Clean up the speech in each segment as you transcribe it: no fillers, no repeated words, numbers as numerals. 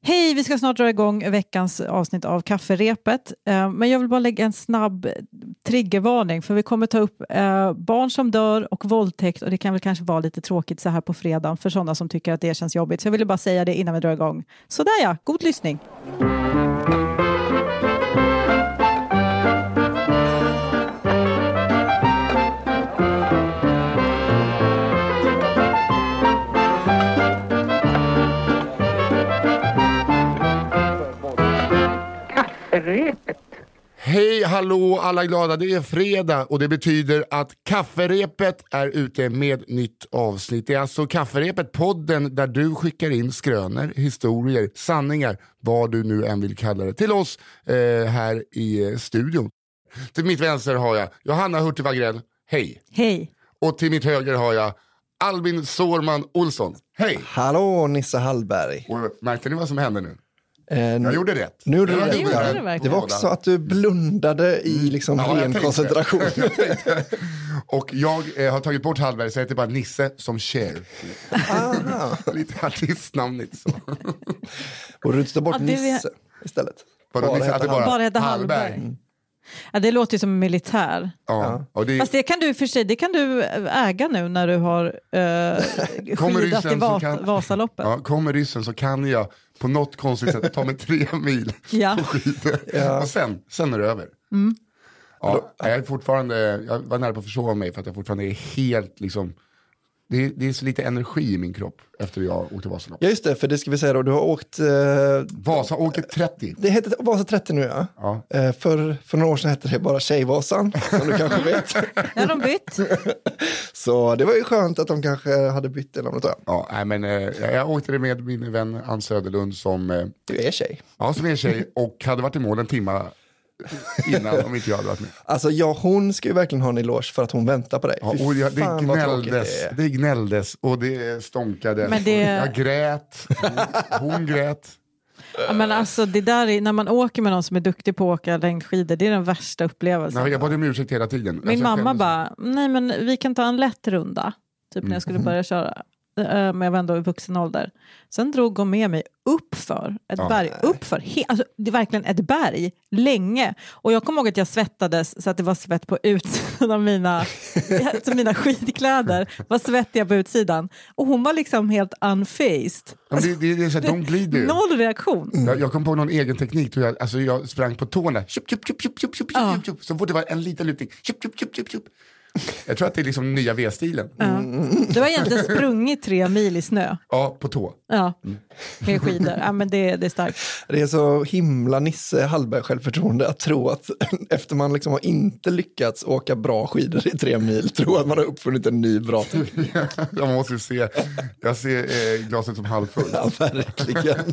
Hej, vi ska snart dra igång veckans avsnitt av Kafferepet. Men jag vill bara lägga en snabb triggervarning. För vi kommer ta upp barn som dör och våldtäkt. Och det kan väl kanske vara lite tråkigt så här på fredagen för sådana som tycker att det känns jobbigt. Så jag ville bara säga det innan vi drar igång. Sådär ja, god lyssning. Hej, hallå alla glada, det är fredag och det betyder att Kafferepet är ute med nytt avsnitt. Det är alltså Kafferepet, podden där du skickar in skrönor, historier, sanningar, vad du nu än vill kalla det, till oss här i studion. Till mitt vänster har jag Johanna Hurtig Wagrell, hej. Hej. Och till mitt höger har jag Albin Sårman Olsson, hej. Hallå Nisse Hallberg. Och märkte ni vad som hände nu? Jag gjorde rätt. Nu gjorde du det rätt. Det var också att du blundade i liksom ren koncentration. Och jag har tagit bort Hallberg så jag heter bara Nisse som Cher. Lite artistnamnigt så. Och du tar bort Nisse istället. Bara heter Hallberg. Ja, det låter ju som militär. Ja. Och fast det kan du för sig, det kan du äga nu när du har skidat i Vasaloppet. Ja, kommer ryssen så kan jag på något konstigt sätt ta mig 3 mil på skidor. Och sen är det över. Mm. Ja, jag var nära på att försova mig för att jag fortfarande är helt liksom... Det är så lite energi i min kropp efter jag åkte Vasaloppet. Ja just det, för det ska vi säga då. Du har åkt... Vasa åker 30. Det heter Vasa 30 nu, ja. För några år sedan hette det bara Tjejvasan, som du kanske vet. Ja, de bytt. Så det var ju skönt att de kanske hade bytt eller något. Ja, men jag åkte det med min vän Ann Söderlund som... Du är tjej. Ja, som är tjej och hade varit i mål en timme innan om inte jag hade varit med. Alltså hon ska ju verkligen ha en eloge för att hon väntar på dig. Ja, och det gnälldes och det stånkade. Men jag grät, hon grät. Ja, men alltså det där när man åker med någon som är duktig på att åka längdskidor, det är den värsta upplevelsen. Nej, jag bad om ursäkt hela tiden. Min mamma bara, nej men vi kan ta en lätt runda. Typ när jag skulle börja köra. Men jag var ändå i vuxen ålder. Sen drog hon med mig uppför ett berg. Alltså, det är verkligen ett berg. Länge. Och jag kommer ihåg att jag svettades så att det var svett på utsidan av mina skidkläder. Var svettiga på utsidan. Och hon var liksom helt unfazed. Alltså, det är så att de glider. Noll reaktion. Jag kom på någon egen teknik. Jag sprang på tårna. Så fort det var en liten lutning. Jag tror att det är liksom nya V-stilen. Du har egentligen sprungit 3 mil i snö. Ja, på tå. Ja, med skidor. Ja, men det är starkt. Det är så himla Nisse Hallberg självförtroende att tro att efter man liksom har inte lyckats åka bra skidor i 3 mil, tro att man har uppfunnit en ny bra teknik. Jag måste se. Jag ser glaset som halvfullt. Ja, verkligen.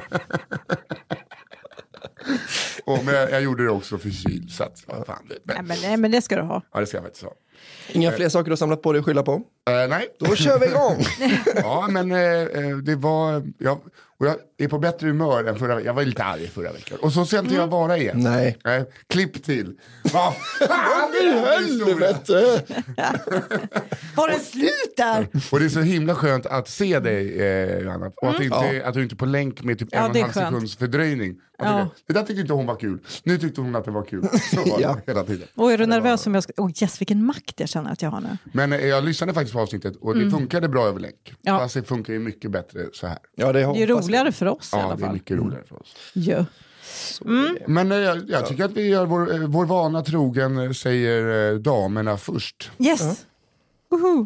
Men jag gjorde det också för kyl. Så att, Nej, men det ska du ha. Ja, det ska jag faktiskt ha. Inga fler saker du har samlat på dig att skylla på? Nej. Då kör vi igång! Ja, men det var... Och jag är på bättre humör än förra veckan. Jag var lite arg förra veckan. Och så sen jag vara igen. Nej. Klipp till. Vad fan i helvete! Var det slut där? Och det är så himla skönt att se dig, Johanna. Och att du inte är på länk med typ 1,5 sekunds fördröjning. Det där tyckte inte hon var kul. Nu tyckte hon att det var kul. Så var det hela tiden. Och är du nervös som jag ska... vilken makt jag känner att jag har nu. Men jag lyssnade faktiskt på avsnittet och det funkade bra över länk. Fast det funkar ju mycket bättre så här. Ja, det är roligare för oss i alla fall. Ja, det är mycket roligare för oss. Ja. Men jag tycker att vi gör vår vana trogen, säger damerna först. Yes. Woho.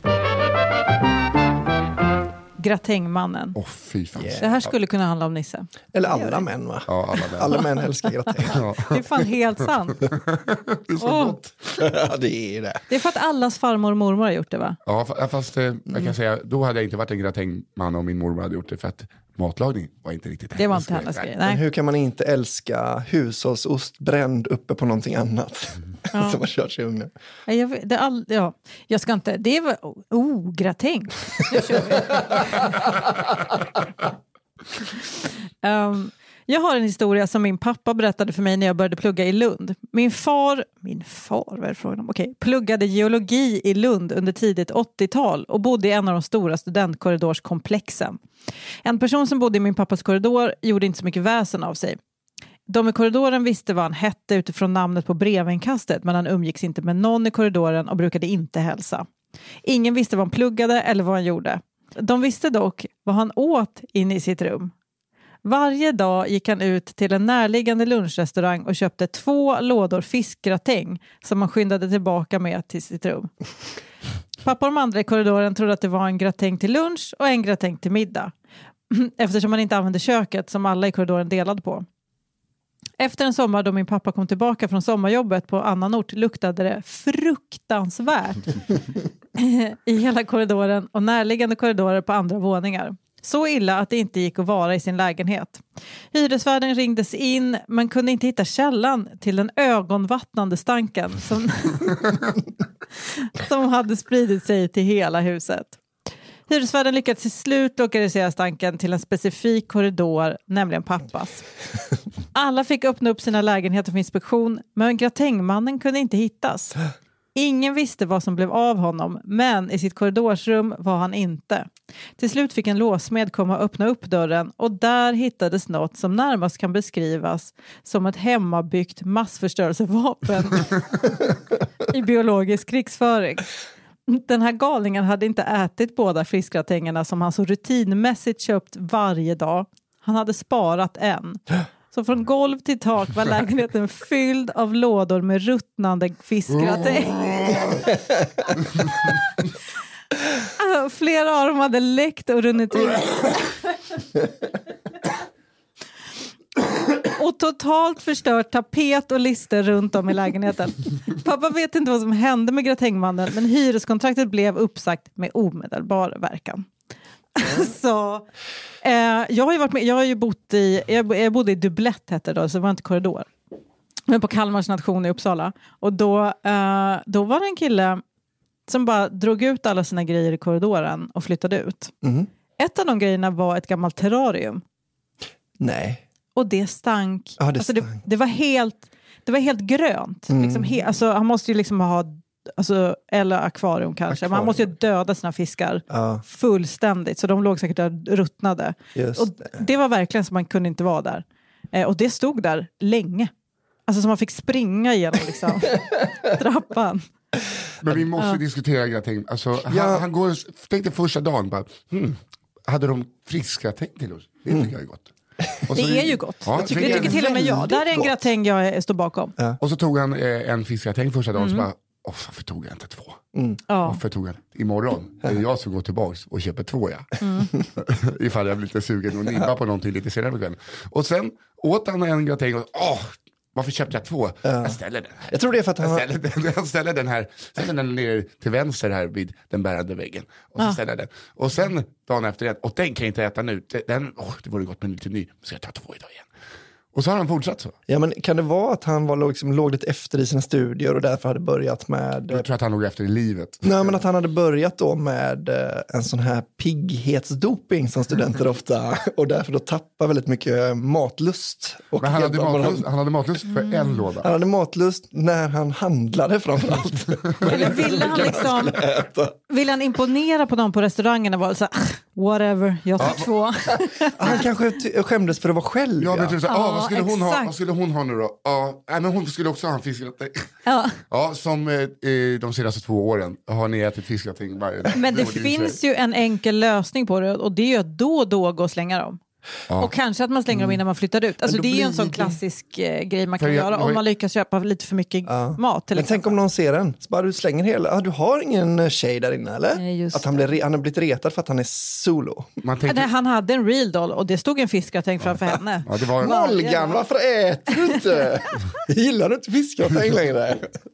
Gratängmannen. Fy fan. Det här skulle kunna handla om Nisse. Eller alla män, va? Ja, alla män älskar gratäng. Det är fan helt sant. Det är så gott. Ja, det är det. Det är för att allas farmor och mormor har gjort det, va? Ja, fast jag kan säga, då hade jag inte varit en gratängman om min mormor hade gjort det, för att matlagning var inte riktigt det var inte hennes grej. Men hur kan man inte älska hushållsost bränd uppe på någonting annat som har kört sig i ugnen? Jag ska inte, det var gratäng. Nu kör vi. Jag har en historia som min pappa berättade för mig när jag började plugga i Lund. Min far, vad är frågan om? Okej, pluggade geologi i Lund under tidigt 80-tal och bodde i en av de stora studentkorridorskomplexen. En person som bodde i min pappas korridor gjorde inte så mycket väsen av sig. De i korridoren visste vad han hette utifrån namnet på brevinkastet, men han umgicks inte med någon i korridoren och brukade inte hälsa. Ingen visste vad han pluggade eller vad han gjorde. De visste dock vad han åt inne i sitt rum. Varje dag gick han ut till en närliggande lunchrestaurang och köpte 2 lådor fiskgratäng som han skyndade tillbaka med till sitt rum. Pappa och de andra i korridoren trodde att det var en gratäng till lunch och en gratäng till middag. Eftersom man inte använde köket som alla i korridoren delade på. Efter en sommar då min pappa kom tillbaka från sommarjobbet på annan ort luktade det fruktansvärt i hela korridoren och närliggande korridorer på andra våningar. Så illa att det inte gick att vara i sin lägenhet. Hyresvärden ringdes in men kunde inte hitta källan till den ögonvattnande stanken som hade spridit sig till hela huset. Hyresvärden lyckades till slut lokalisera stanken till en specifik korridor, nämligen pappas. Alla fick öppna upp sina lägenheter för inspektion, men gratängmannen kunde inte hittas. Ingen visste vad som blev av honom, men i sitt korridorsrum var han inte. Till slut fick en låsmed komma och öppna upp dörren och där hittades något som närmast kan beskrivas som ett hemmabyggt massförstörelsevapen i biologisk krigsföring. Den här galningen hade inte ätit båda fiskgratängerna som han så rutinmässigt köpt varje dag. Han hade sparat en. Så från golv till tak var lägenheten fylld av lådor med ruttnande fiskgratäng. Flera av dem hade läckt och runnit ut. Och totalt förstört tapet och lister runt om i lägenheten. Pappa vet inte vad som hände med gratängmannen, men hyreskontraktet blev uppsagt med omedelbar verkan. Så jag har ju varit med, jag har ju bott i, jag bodde i dubblett hette det då, så det var inte korridor. Men på Kalmars nation i Uppsala. Och då var det en kille som bara drog ut alla sina grejer i korridoren och flyttade ut. Mm. Ett av de grejerna var ett gammalt terrarium. Nej. Och det stank. Ja, det var helt grönt. Mm. Liksom alltså, han måste ju liksom ha eller akvarium kanske. Men han måste ju döda sina fiskar fullständigt. Så de låg säkert där ruttnade. Och det var verkligen som man kunde inte vara där. Och det stod där länge. Alltså som man fick springa igenom liksom, trappan. Men vi måste diskutera gratäng. Alltså, han går, tänkte första dagen bara, hade de friskgratäng till oss? Det tycker jag är gott. Det är ju gott. Ja, det tycker till och med jag. Där är en gratäng jag står bakom. Ja. Och så tog han en fiskgratäng första dagen och så bara, varför tog jag inte 2? Varför tog jag imorgon? Det är jag som går tillbaka och köper 2, ifall jag blir lite sugen och nibba på någonting lite senare på kvällen. Och sen åt han en gratäng och varför köpte jag 2? Jag ställer den här. Jag tror det är för att jag ställer den här, ställer den ner till vänster här vid den bärande väggen. Och så ställer jag den. Och sen dagen efter den, och den kan jag inte äta nu. Det vore gott med lite ny. Så jag tar 2 idag igen. Och så har han fortsatt så. Ja, men kan det vara att han var liksom, låg lite efter i sina studier och därför hade börjat med... Jag tror att han låg efter i livet. Nej, men att han hade börjat då med en sån här pigghetsdoping som studenter ofta, och därför då tappar väldigt mycket matlust. Och men han hade matlust för en låda. Han hade matlust när han handlade framförallt. Eller ville han imponera på dem på restaurangen och var så whatever, jag tar 2. Han kanske skämdes för att vara själv. Ja, men typ vad skulle hon ha nu då? Men hon skulle också ha en fiskgratäng. Som de senaste 2 åren har ni ätit fiskgratäng varje. Men det finns ju en enkel lösning på det, och det är ju att då gå och slänga dem. Och kanske att man slänger dem innan man flyttar ut. Alltså det är ju en sån klassisk grej man kan göra om man lyckas köpa lite för mycket mat. Men tänk om någon ser den, så bara du slänger hela. Du har ingen tjej där inne, eller? Nej, att han har blivit retad för att han är solo. Han hade en real doll och det stod en fiskgratäng framför henne. Det var Molgan, varför äter du inte? Gillar du inte fiskgratäng längre?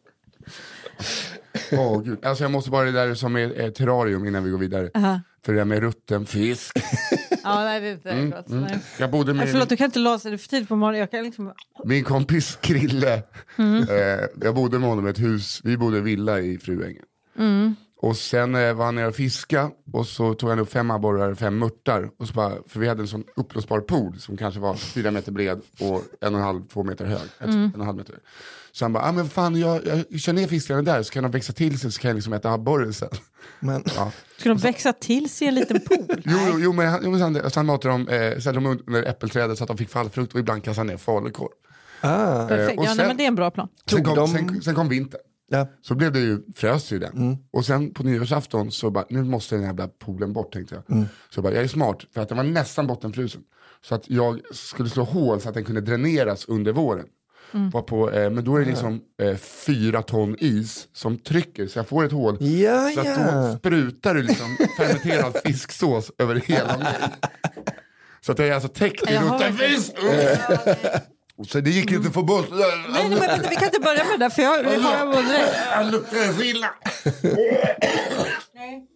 Gud. Alltså jag måste bara det där som är terrarium innan vi går vidare. För det där med rutten fisk. Nej, det är inte gott. Jag bodde med förlåt, du kan inte låsa det för tid på morgonen. Jag kan liksom... Min kompis Krille. Jag bodde med honom i ett hus. Vi bodde i villa i Fruängen. Och sen var han nere och fiska och så tog han upp 5 abborrar, 5 mörtar. Och så bara, för vi hade en sån upplösbar pool som kanske var 4 meter bred och 1,5-2 meter hög. 1,5 meter. Så han bara, men fan jag kör ner fiskarna där så kan de växa till sig så kan jag liksom äta abborren sen. Men... Ja. Ska de växa till sig i en liten pool? Jo, men han matade dem, ställde dem under äppelträdet så att de fick fallfrukt och ibland kastade han ner falukorv. Perfekt, och sen, men det är en bra plan. Sen kom vintern. Ja. Så blev det ju, frös ju den. Och sen på nyårsafton så bara, nu måste den här jävla poolen bort tänkte jag. Så jag är smart, för att den var nästan bottenfrusen. Så att jag skulle slå hål så att den kunde dräneras under våren. Men då är det liksom 4 ton is som trycker så jag får ett hål. Så att då sprutar du liksom fermenterad fisksås över hela mig. Så att jag är alltså täckt i luktarfisk. Så det gick inte att få bort. Nej, men vi kan inte börja med det där för jag har vunnit. Jag luktar så illa. Nej.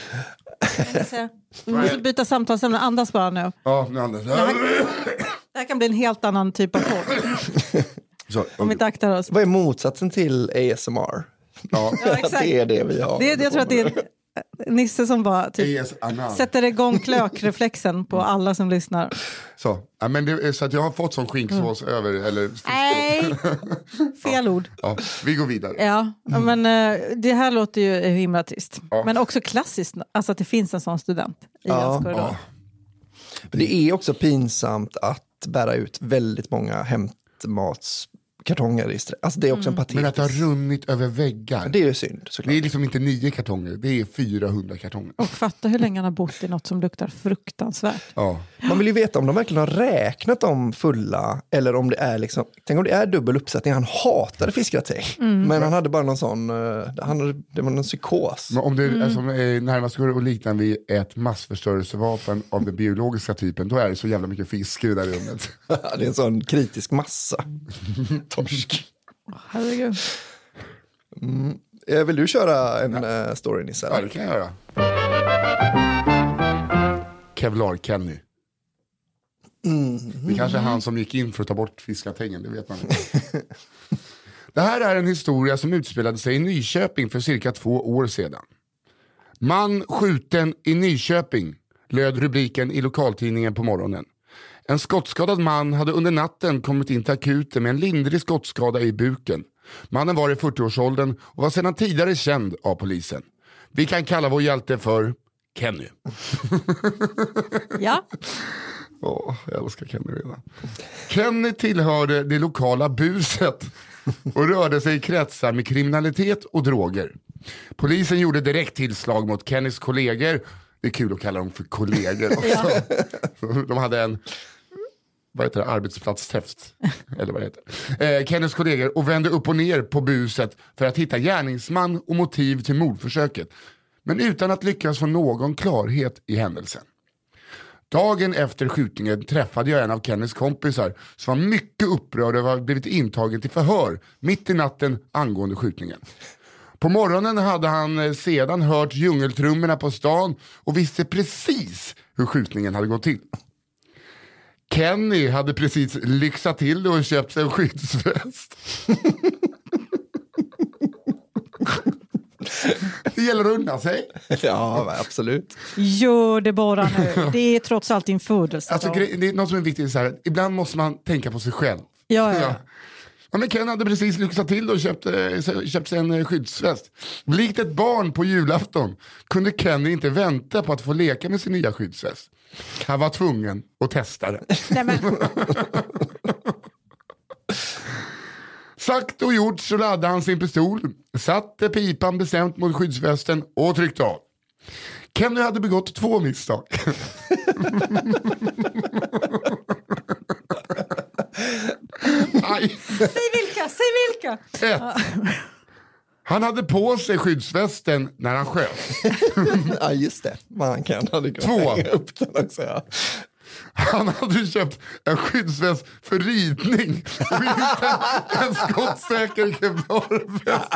Vi måste byta samtalsämne. Andas bara nu. Ja, nu andas. Det här kan bli en helt annan typ av podd. Om vi inte aktar oss. Vad är motsatsen till ASMR? Ja, exakt. Det är det vi har. Jag tror att det är Nisse som bara typ sätter igång klökreflexen på alla som lyssnar. Så, ja, men det är så att jag har fått sån skinksås över eller nej, fel ord. Ja, vi går vidare. Ja, men det här låter ju himla trist. Ja. Men också klassiskt, alltså att det finns en sån student i hans korridor. Men det är också pinsamt att bära ut väldigt många hämtmatskartonger. Alltså det är också en patetisk... Men att det har runnit över väggar. Det är ju synd, såklart. Det är liksom inte 9 kartonger, det är 400 kartonger. Och fatta hur länge han har bott i något som luktar fruktansvärt. Ja. Man vill ju veta om de verkligen har räknat dem fulla eller om det är liksom, tänk om det är dubbel uppsättning. Han hatade fiskgratäng, men han hade bara någon sån, det var någon psykos. Men om det är som närmast går att likna vid ett massförstörelsevapen av den biologiska typen, då är det så jävla mycket fisk i det där rummet. Det är en sån kritisk massa. Torsk. Herregud. Vill du köra en story, Nisse? Ja, det kan jag göra. Kevlar Kenny. Det kanske är han som gick in för att ta bort fiskatängen, det vet man inte. Det här är en historia som utspelade sig i Nyköping för cirka 2 år sedan. Man skjuten i Nyköping, löd rubriken i lokaltidningen på morgonen. En skottskadad man hade under natten kommit in till akuten med en lindrig skottskada i buken. Mannen var i 40-årsåldern och var sedan tidigare känd av polisen. Vi kan kalla vår hjälte för Kenny. Ja. Jag älskar Kenny redan. Kenny tillhörde det lokala buset och rörde sig i kretsar med kriminalitet och droger. Polisen gjorde direkt tillslag mot Kennys kollegor. Det är kul att kalla dem för kollegor också. De hade en arbetsplatsträff eller vad det heter. Kennys kollegor och vände upp och ner på buset för att hitta gärningsman och motiv till mordförsöket. Men utan att lyckas få någon klarhet i händelsen. Dagen efter skjutningen träffade jag en av Kennys kompisar som var mycket upprörd över att ha blivit intagen till förhör mitt i natten angående skjutningen. På morgonen hade han sedan hört djungeltrummorna på stan och visste precis hur skjutningen hade gått till. Kenny hade precis lyxat till det och köpt sig en skyddsväst. Det gäller att unna sig. Ja, absolut. Gör det bara nu. Det är trots allt din födelse. Alltså, det är något som är viktigt så här. Ibland måste man tänka på sig själv. Ja. Ja, men Ken hade precis lyxat till och köpt sig en skyddsväst. Likt ett barn på julafton kunde Kenny inte vänta på att få leka med sin nya skyddsväst. Han var tvungen att testa det. Sagt och gjort så laddade han sin pistol, satte pipan bestämt mot skyddsvästen och tryckte av. Kenny hade begått 2 misstag. Säg vilka! 1. Han hade på sig skyddsvästen när han sköt. Ja, just det. Man hade kunnat 2. hänga upp den också, ja. Han hade köpt en skyddsväst för ridning och inte en skottsäker kevlarväst.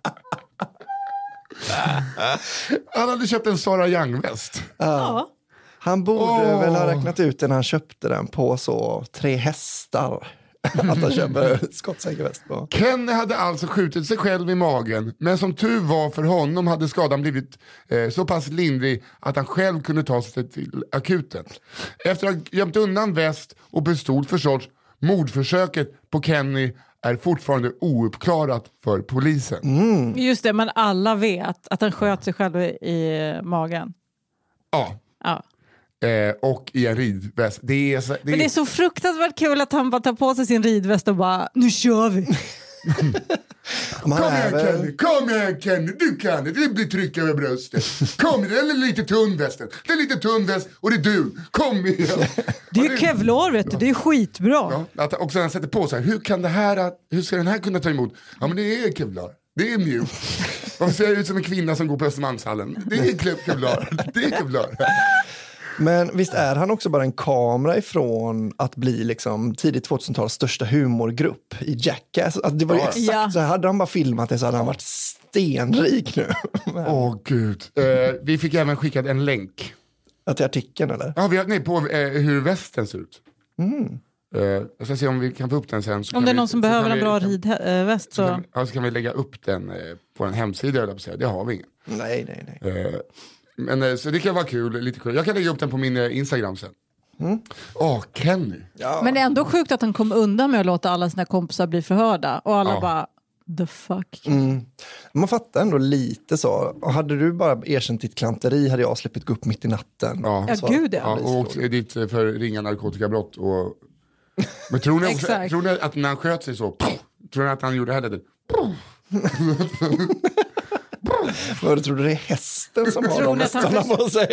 Han hade köpt en Sarah Young-väst. Ja. Han borde väl ha räknat ut den när han köpte den på så 3 hästar. att han köper skottsäker väst på. Kenny hade alltså skjutit sig själv i magen, men som tur var för honom hade skadan blivit så pass lindrig att han själv kunde ta sig till akuten. Efter att ha gömt undan väst och pistol förstås, mordförsöket på Kenny är fortfarande ouppklarat för polisen. Just det, men alla vet att han sköt sig själv i magen. Ja. Och i en ridväst. Men det är så fruktansvärt kul att han bara tar på sig sin ridväst och bara, nu kör vi. Kom igen Kenny, du kan det. Det blir tryck över bröstet. Kom igen, den är lite tunn västen. Det är lite tunn väst och det är du. Kom igen. Det är ju kevlar, vet du. Det är skitbra. Ja, och sen han sätter på sig. Hur ska den här kunna ta emot? Ja, men det är kevlar. Det är mjukt. Varför ser jag ut som en kvinna som går på Östermalmshallen? Det är kevlar. Det är kevlar. Men visst är han också bara en kamera ifrån att bli liksom tidigt 2000-tals största humorgrupp i Jackass. Alltså det var ju exakt så här. Hade han bara filmat det så hade han varit stenrik nu. Gud. Vi fick även skickat en länk. Till artikeln eller? Ja, på hur västen ser ut. Jag ska se om vi kan få upp den sen. Om det är någon som behöver en bra ridväst så... Så kan vi lägga upp den på en hemsida. Det har vi ingen. Nej. Men så det kan vara kul, lite kul. Jag kan lägga upp den på min Instagram sen. Kenny. Ja. Men det är ändå sjukt att han kom undan med att låta alla sina kompisar bli förhörda. Och alla bara, the fuck. Man fattar ändå lite så. Och hade du bara erkänt ditt klanteri hade jag släppit gå upp mitt i natten. Ja, gud ja. Och åkt dit för ringa narkotikabrott. Men tror ni att när han sköt sig så, tror ni att han gjorde det här? Vad tror du det är hästen som har de hästarna på sig?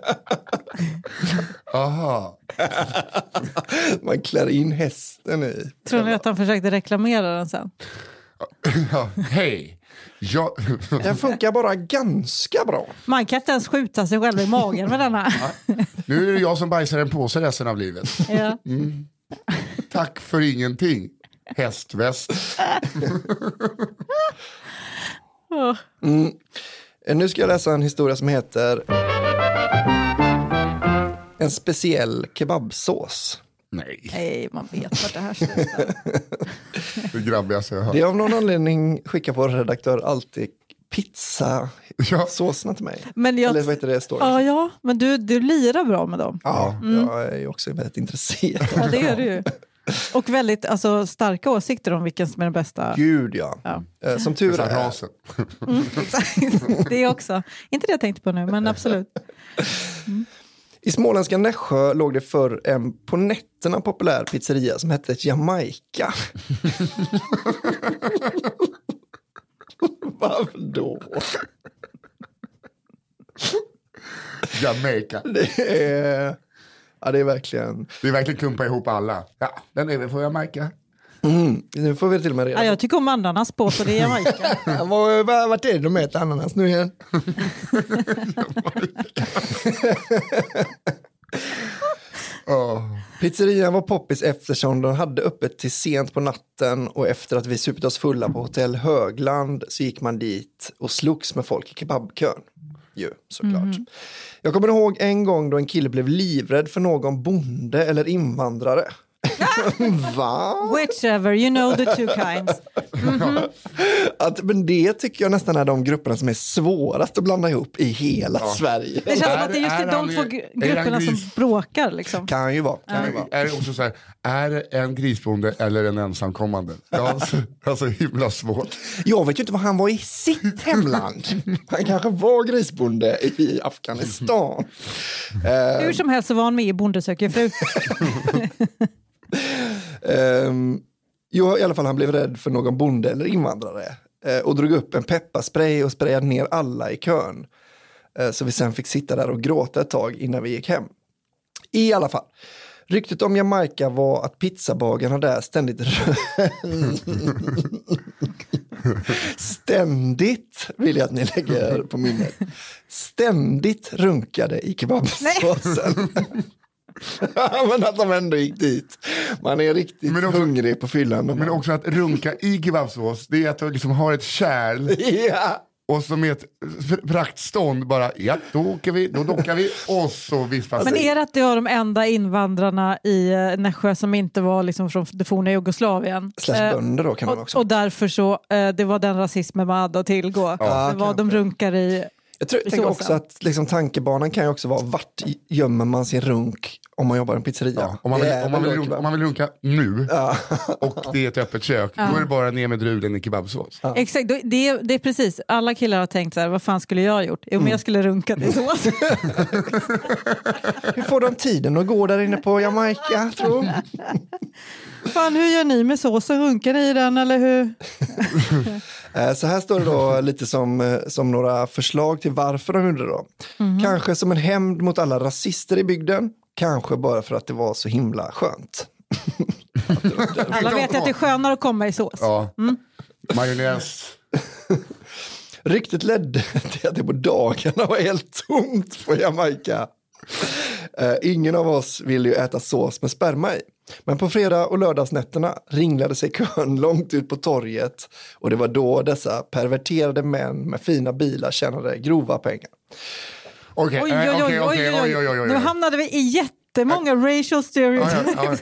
Aha. Man klär in hästen i. Tror ni att han försökte reklamera den sen? Ja, hej. Den funkar bara ganska bra. Man kan inte ens skjuta sig själv i magen med denna. Nu är det jag som bajsar en påse resten av livet. Ja. Tack för ingenting. Hästväst. Nu ska jag läsa en historia som heter En speciell kebabsås. Nej, man vet vad det här slutar. Det grabbigaste jag har hört. Det är av någon anledning skickar vår redaktör alltid pizzasåsarna till mig. Men eller vad heter det står? Ja, men du lirar bra med dem. Ja, jag är ju också väldigt intresserad. Ja, det är du ju. Och väldigt starka åsikter om vilken som är den bästa. Gud, ja. Som tur är. Rasen. Det är också. Inte det jag tänkte på nu, men absolut. I småländska Nässjö låg det förr en på nätterna populär pizzeria som hette Jamaica. Varför då? Jamaica. Det är verkligen... Det är verkligen klumpa ihop alla. Ja, den är vi får Jamaica. Nu får vi till och med reda. Jag tycker om ananas på, så det är Jamaica. Vart är det de äter ananas nu igen? Pizzerian var poppis eftersom de hade öppet till sent på natten, och efter att vi supit oss fulla på hotell Högland så gick man dit och slogs med folk i kebabkön. Såklart. Jag kommer ihåg en gång då en kille blev livrädd för någon bonde eller invandrare. Va? Whichever, you know the two kinds. Men det tycker jag nästan är de grupperna som är svårast att blanda ihop i hela Sverige. Det känns som att det är just de två grupperna som bråkar. Liksom. Kan ju vara. Är det också så här, är det en grisbonde eller en ensamkommande? Alltså himla svårt. Jag vet ju inte vad han var i sitt hemland. Han kanske var grisbonde i Afghanistan. Hur som helst så var han med i Bonde söker fru. I alla fall han blev rädd för någon bonde eller invandrare och drog upp en pepparspray och sprayade ner alla i kön, så vi sen fick sitta där och gråta ett tag innan vi gick hem. I alla fall, ryktet om Jamaica var att pizzabagarna där ständigt vill jag att ni lägger på minnet, ständigt runkade i kebabsåsen. Men att de ändå gick dit. Man är riktigt hungrig på fyllan. Men också att runka i kebabsås, det är att du liksom har ett kärl Och så med ett praktstånd bara, ja, då dockar vi och så vispas. Men är det att det var de enda invandrarna i Nässjö som inte var liksom från det forna Jugoslavien? Bönder då kan man också. Och därför så, det var den rasismen man hade att tillgå. Ja, det var de runkar i... Jag tänker också att liksom, tankebanan kan ju också vara vart gömmer man sin runk om man jobbar i en pizzeria. Ja, om man vill runka nu och det är ett öppet kök, då är det bara ner med drulen i kebabsås. Ja. Exakt, det är precis. Alla killar har tänkt så här, vad fan skulle jag ha gjort? Jo, men jag skulle runka i sås. Hur får de tiden att gå där inne på Jamaica, tror? Fan, hur gör ni med såsen? Runkar ni i den eller hur? Så här står det då lite som några förslag till varför de gjorde det då. Kanske som en hämnd mot alla rasister i bygden. Kanske bara för att det var så himla skönt. Alla vet att det är skönare att komma i sås. Ja, majonnäs. Ryktet ledde till att det på dagarna var helt tomt på Jamaica. Ingen av oss ville ju äta sås med sperma i. Men på fredag- och lördagsnätterna ringlade sig kön långt ut på torget. Och det var då dessa perverterade män med fina bilar tjänade grova pengar. Oj. Nu hamnade vi i jättemånga racial stereotypes.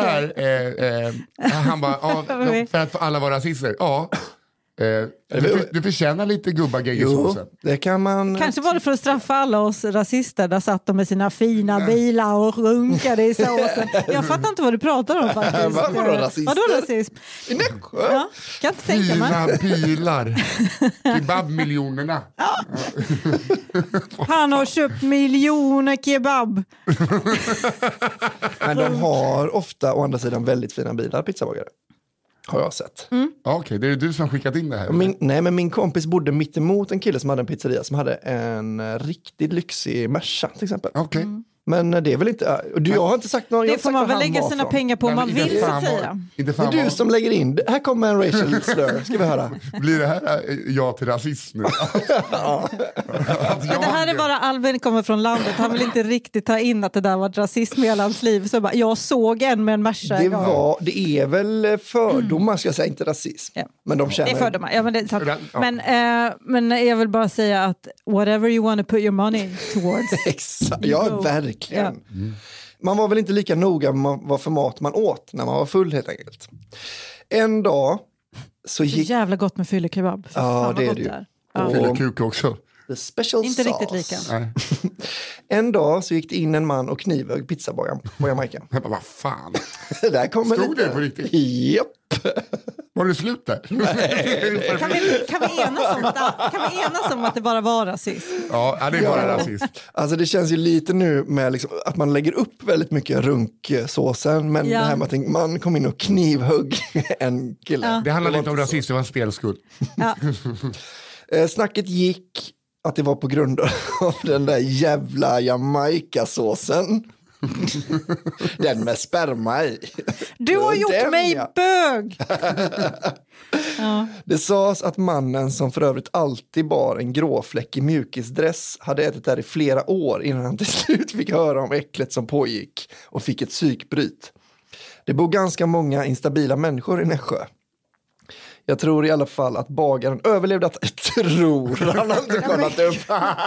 Han bara, för att alla var rasister. Ja. Du förtjänar lite gubbagägg i såsen. Det kan man... Kanske var det för att straffa alla oss rasister. Där satt de med sina fina bilar och runkade i såsen. Jag fattar inte vad du pratar om faktiskt. Vadå rasism? Vadå rasism? I Nässjö? Ja, kan inte tänka mig. Fina bilar. Kebabmiljonerna. Han har köpt miljoner kebab. Men de har ofta å andra sidan väldigt fina bilar, pizzabagare. Har jag sett. Okej, det är du som har skickat in det här. Men min kompis bodde mitt emot en kille som hade en pizzeria som hade en riktigt lyxig Merca till exempel. Okej. Men det är väl inte... Jag har inte sagt något. Det får man väl lägga sina pengar på om man vill, så att säga. Det är du som lägger in. Här kommer en racial slur. Ska vi höra. Blir det här ja till rasism nu? Men det här är bara Albin kommer från landet. Han vill inte riktigt ta in att det där var rasism i hela hans liv. Så bara, jag såg en med en Merca. Det är väl fördomar, ska jag säga, inte rasism. Ja. Men de känner... Det är fördomar. Ja, men det är sant. Men jag vill bara säga att whatever you want to put your money towards. Exakt. Ja, verkligen. Ja. Man var väl inte lika noga med vad för mat man åt när man var full, helt enkelt. En dag så gick... Så jävla gott med fyllekebab. Ja, det är det ju. Och fyllekuk också. The special inte sauce. Riktigt lika. Nej. En dag så gick det in en man och knivhögg pizzabagaren på Jamaica. Jag bara, vad fan? Där kommer stod det på riktigt? Japp. Var det slut där? Kan vi enas om att det bara var rasism? Ja, det är bara rasism. Alltså det känns ju lite nu med liksom att man lägger upp väldigt mycket runksåsen. Men det här med att en man kom in och knivhögg en kille. Ja. Det handlar inte om rasism, det var en spelskull. Ja. Snacket gick att det var på grund av den där jävla Jamaica-såsen. Den med sperma i. Du har gjort mig bög! Ja. Det sades att mannen, som för övrigt alltid bar en gråfläckig mjukisdress, hade ätit där i flera år innan han till slut fick höra om äcklet som pågick och fick ett psykbryt. Det bor ganska många instabila människor i Nässjö. Jag tror i alla fall att bagaren överlevde att... Tror han har inte kollat upp.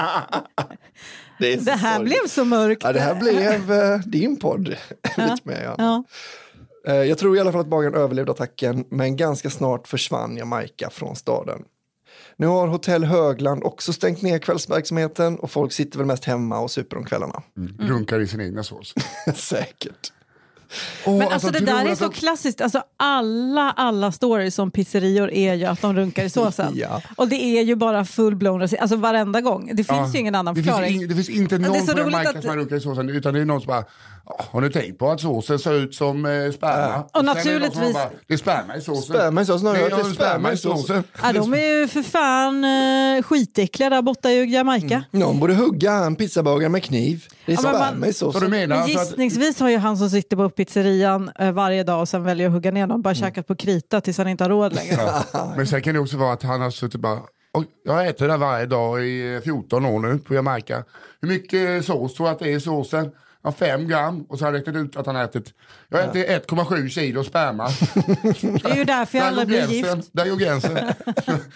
Det här blev så mörkt. Ja, det här blev din podd. Lite med, ja. Jag tror i alla fall att bagaren överlevde attacken, men ganska snart försvann Jamaica från staden. Nu har Hotell Högland också stängt ner kvällsverksamheten och folk sitter väl mest hemma och super om kvällarna. Runkar i sin egna sås. Säkert. Men alltså det där är så klassiskt. Alltså alla stories om pizzerior är ju att de runkar i såsen. Ja. Och det är ju bara full-blown rasism. Alltså varenda gång. Det finns ju ingen annan förklaring. Det finns inte någon på Jamaica som har runkar i såsen. Utan det är någon som bara, har ni tänkt på att såsen ser ut som sperma? Och naturligtvis. Det är sperma i såsen. Sperma i såsen. Det är sperma i såsen. Ja, de är ju för fan skitäckliga där borta i Jamaica. Någon borde hugga en pizzabagare med kniv. Det är sperma i såsen. Men gissningsvis har ju han som sitter på pizzerian varje dag och sen väljer att hugga ner dem. Bara käkat på krita tills han inte har råd längre. Ja. Men sen kan det också vara att han har suttit bara... Jag äter det varje dag i 14 år nu på Jamaica. Hur mycket sås tror jag att det är i såsen? Ja, 5 gram. Och så har jag räknat ut att han ätit... Jag äter 1,7 kilo sperma. Det är ju därför jag aldrig blir gift. Där går gränsen.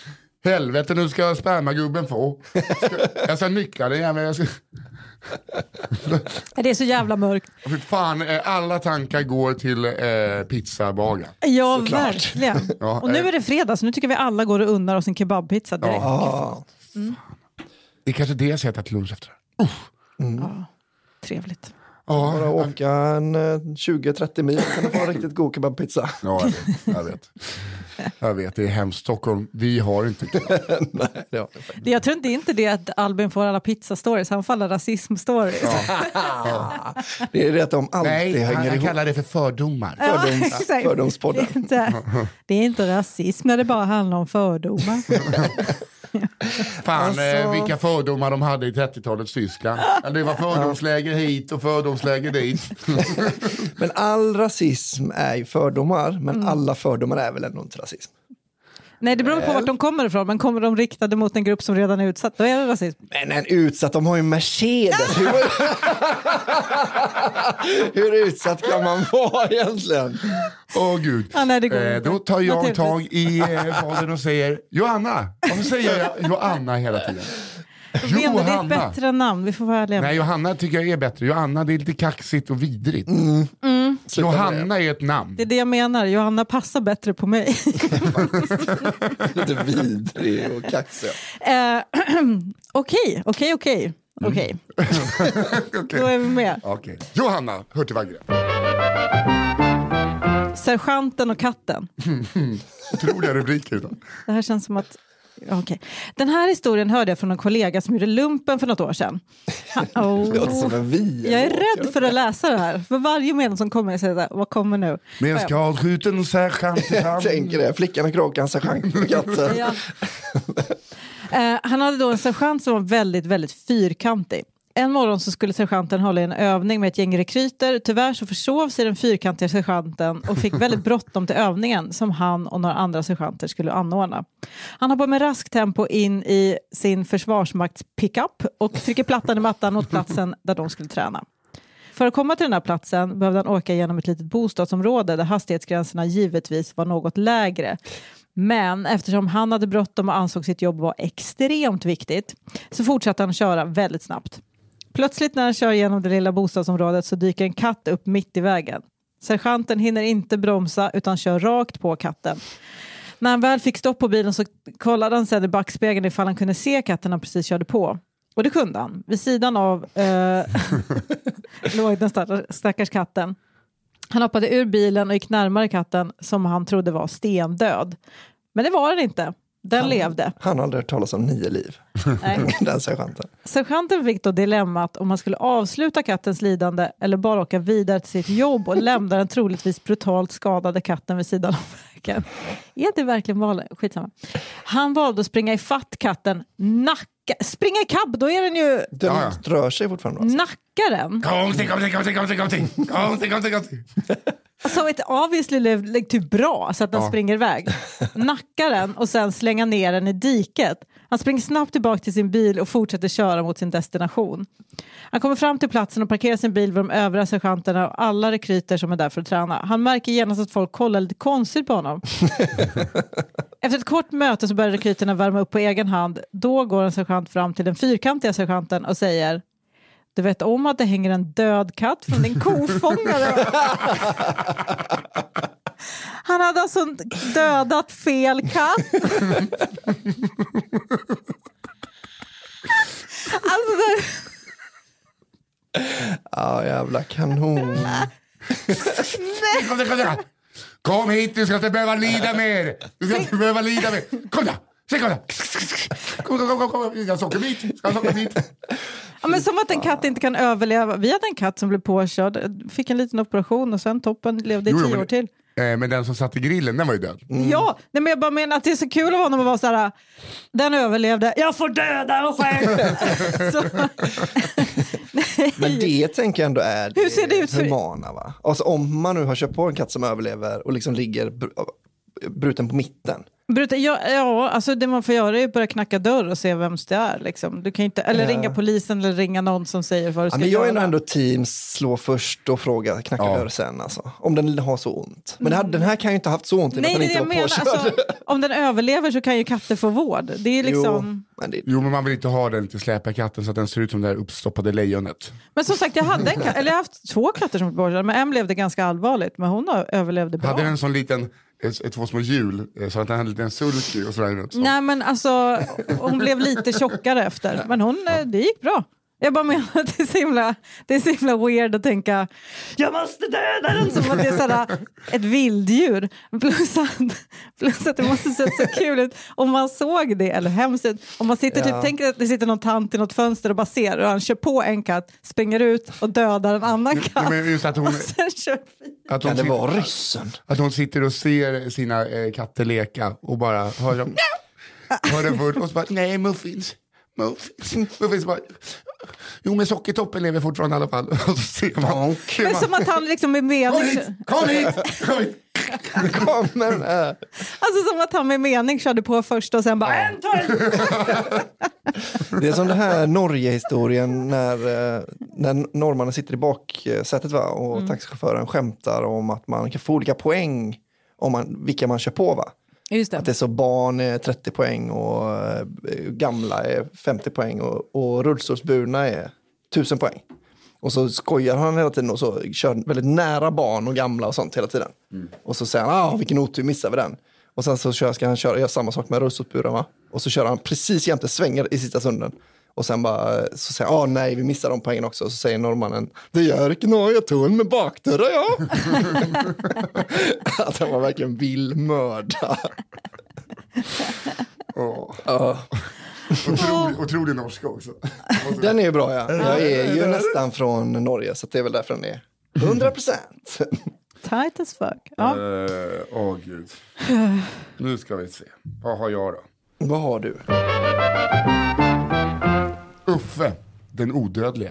Helvete, nu ska spermagubben få. Jag ska nyckla den jäveln. Det är så jävla mörkt. För fan, alla tankar går till pizzabagaren. Ja, Såklart. verkligen. Ja, Och nu är det fredag, så nu tycker vi alla går och unnar oss en kebabpizza direkt. Ja. Det är kanske det jag ska äta till lunch efter. Ja, trevligt. Bara Ja, åka en 20-30 mil kan du få en riktigt god kebabpizza. ja, jag vet, det är hemskt. Stockholm, vi har inte Nej, det har jag faktiskt. Jag tror inte det är att Albin får alla pizza-stories, han får alla rasism-stories. Det är det att de alltid Nej, hänger han ihop. kallar det för fördomar. Exakt. Fördomspodden. Det är inte rasism när det bara handlar om fördomar. Fan, Alltså- vilka fördomar de hade i 30-talets Tyskland. Det var fördomsläger hit och fördomsläger dit. Men all rasism är ju fördomar, men alla fördomar är väl ändå inte rasism. Nej, det beror på vart de kommer ifrån, men kommer de riktade mot en grupp som redan är utsatt, då är det rasism. Men en utsatt, de har ju Mercedes. Hur utsatt kan man vara egentligen? Åh gud. Ja, nej, det går inte. Då tar jag Naturligtvis. tag i podden och säger Johanna. Varför säger jag Johanna hela tiden? Vende, det är ett bättre namn, vi får vara ärliga. Nej, Johanna tycker jag är bättre. Johanna, det är lite kaxigt och vidrigt. Johanna är ett namn. Det är det jag menar, Johanna passar bättre på mig. Lite vidrig och kaxig. Okej. Okej. Då är vi med. Okej. Johanna Hurtig-Wahlgren. Sergeanten och katten. Otroliga rubriker idag. Det här känns som att... Okej. Den här historien hörde jag från en kollega som gjorde lumpen för något år sedan. Det låter som en vi. Jag är rädd för att läsa det här. För varje mening som kommer jag säger så här, vad kommer nu? Med en skadskjuten sergeant i Jag hand. tänker det. Flickan och kråkan, sergeanten och katten. Ja. Han hade då en sergeant som var väldigt, väldigt fyrkantig. En morgon så skulle sergeanten hålla en övning med ett gäng rekryter. Tyvärr så försov sig den fyrkantiga sergeanten och fick väldigt bråttom till övningen som han och några andra sergeanter skulle anordna. Han hoppar med raskt tempo in i sin försvarsmakts pickup och trycker plattan i mattan mot platsen där de skulle träna. För att komma till den här platsen behövde han åka genom ett litet bostadsområde där hastighetsgränserna givetvis var något lägre. Men eftersom han hade bråttom och ansåg sitt jobb vara extremt viktigt så fortsatte han köra väldigt snabbt. Plötsligt när han kör genom det lilla bostadsområdet så dyker en katt upp mitt i vägen. Sergeanten hinner inte bromsa utan kör rakt på katten. När han väl fick stopp på bilen så kollade han sedan i backspegeln ifall han kunde se katten han precis körde på. Och det kunde han. Vid sidan av låg den stackars katten. Han hoppade ur bilen och gick närmare katten som han trodde var stendöd. Men det var den inte. Den levde. Han hade hört talas om 9 liv. Nej. Den sergeanten. Sergeanten fick då dilemmat om man skulle avsluta kattens lidande eller bara åka vidare till sitt jobb och lämna den troligtvis brutalt skadade katten vid sidan av vägen. Är det verkligen valet? Skitsamma. Han valde att springa i fatt katten, springa i kabb, då är den ju... Den rör sig fortfarande. Alltså. Nacka den. Kom till. Alltså ett obviously liv typ bra så att den springer iväg. Nacka den och sen slänga ner den i diket. Han springer snabbt tillbaka till sin bil och fortsätter köra mot sin destination. Han kommer fram till platsen och parkerar sin bil vid de övriga sergeanterna och alla rekryter som är där för att träna. Han märker genast att folk kollar lite konstigt på honom. Efter ett kort möte så börjar rekryterna värma upp på egen hand. Då går en sergeant fram till den fyrkantiga sergeanten och säger: du vet om att det hänger en död katt från din kofångare. Han hade alltså dödat fel katt. Alltså det... Ja, jävla kanon. Kom hit, du ska inte behöva lida mer. Du ska inte behöva lida mer. Kom då, se kom då. Kom. Jag ska åka dit. Ja, men som att en katt inte kan överleva. Vi hade en katt som blev påkörd. Fick en liten operation och sen toppen levde i 10 år till. Men den som satt i grillen, den var ju död. Ja, nej, men jag bara menar att det är så kul av honom att vara så här: den överlevde, jag får döda och själv. Men det tänker jag ändå är hur ser det ut för... humana, va? Alltså om man nu har köpt på en katt som överlever och liksom ligger bruten på mitten. Ja, alltså det man får göra är att börja knacka dörr och se vem det är. Liksom. Du kan inte, eller ringa polisen eller ringa någon som säger vad du ska men göra. jag är nog ändå team slå först och fråga, knacka dörr sen. Alltså, om den har så ont. Men den här kan ju inte ha haft så ont i att den inte var påkörd. Alltså, om den överlever så kan ju katter få vård. Det är liksom... Jo, men man vill inte ha den till släpakatten så att den ser ut som det där uppstoppade lejonet. Men som sagt, jag har haft 2 katter som blev påkörda, men en blev det ganska allvarligt. Men hon överlevde bra. Hade den en sån liten... 2 små hjul så att den hade en liten sulky och sådär runt. Nej, men alltså hon blev lite tjockare efter. Men det gick bra. Jag bara menar att det är så himla weird att tänka jag måste döda den som att det är sådär ett vilddjur. Plus att det måste se så kul ut om man såg det, eller hemskt ut. Om man sitter tänker att det sitter någon tant i något fönster och bara ser och han kör på en katt, springer ut och dödar en annan katt. Men just att hon, kan det vara ryssen? Att hon sitter och ser sina katter leka och bara hör den först och så bara, nej Muffins bara, jo men sockertoppen lever fortfarande i alla fall. Och så ser man. Men som att han liksom är mening. Kom hit. Alltså som att han med mening körde på först och sen bara Det är som den här Norge-historien när norrmannen sitter i baksätet och taxichauffören skämtar om att man kan få olika poäng om vilka man kör på va. Just det. Att det är så barn är 30 poäng och gamla är 50 poäng och rullstolsburna är 1000 poäng. Och så skojar han hela tiden och så kör väldigt nära barn och gamla och sånt hela tiden. Och så säger han, vilken otur, missar vi den. Och sen så ska han göra samma sak med rullstolsburen va. Och så kör han precis jämte svänger i sista stunden. Och sen bara så säger han, nej vi missar de poängen också. Och så säger norrmannen, det gör inte något, jag tog en med bakdörrar ja. Att han var verkligen vill mörda. Otrolig norska också. Den är ju bra ja. Jag är ju nästan från Norge så det är väl därför den är 100%. Tight as fuck. Ja. Gud. Nu ska vi se. Vad har jag då? Vad har du? Uffe, den odödliga.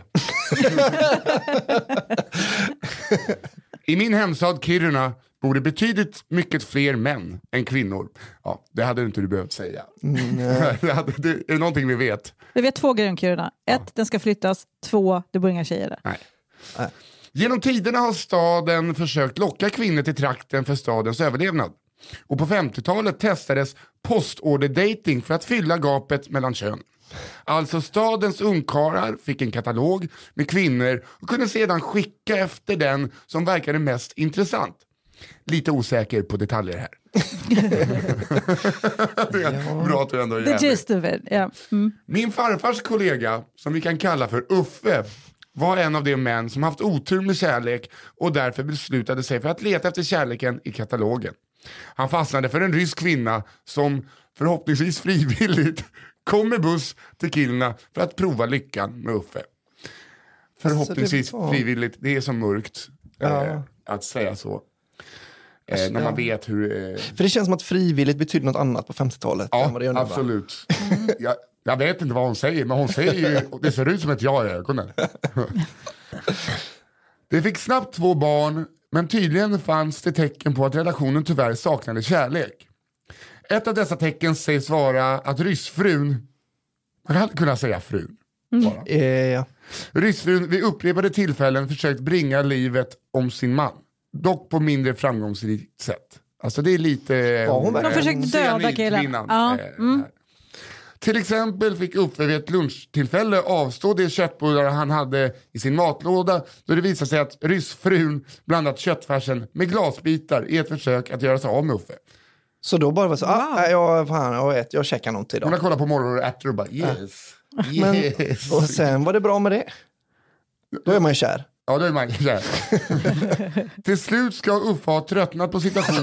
I min hemstad Kiruna bor det betydligt mycket fler män än kvinnor. Ja, det hade inte du behövt säga. Det är någonting vi vet. Vi vet 2 grejer om Kiruna. 1, den ska flyttas. 2, det bor inga tjejer där. Nej. Genom tiderna har staden försökt locka kvinnor till trakten för stadens överlevnad. Och på 50-talet testades postorder-dating för att fylla gapet mellan kön. Alltså stadens ungkarlar fick en katalog med kvinnor och kunde sedan skicka efter den som verkade mest intressant. Lite osäker på detaljer här. Det är bra att du ändå är the gist of it, yeah. Min farfars kollega, som vi kan kalla för Uffe, var en av de män som haft otur med kärlek och därför beslutade sig för att leta efter kärleken i katalogen. Han fastnade för en rysk kvinna som förhoppningsvis frivilligt kom med buss till Kiruna för att prova lyckan med Uffe. Förhoppningsvis frivilligt, det är så mörkt att säga så. När man vet hur... För det känns som att frivilligt betyder något annat på 50-talet. Ja, än vad det gör nu, absolut. Jag vet inte vad hon säger, men hon säger ju... Det ser ut som ett ja i ögonen. Det fick snabbt 2 barn, men tydligen fanns det tecken på att relationen tyvärr saknade kärlek. Ett av dessa tecken sägs vara att ryssfrun... Man kan kunna säga frun. Ja. Ryssfrun vid upprepade tillfällen försökt bringa livet om sin man. Dock på mindre framgångsrikt sätt. Alltså det är lite... De försökte döda killen. Till exempel fick Uffe vid ett lunchtillfälle avstå de köttbullar han hade i sin matlåda då det visade sig att ryssfrun blandat köttfärsen med glasbitar i ett försök att göra sig av med Uffe. Så då bara var så, jag checkar något idag. Hon har kollat på morgon och ärtor och bara, yes. Och sen var det bra med det. Då är man ju kär. Ja, då är man kär. Till slut ska Uffe ha tröttnat på situationen.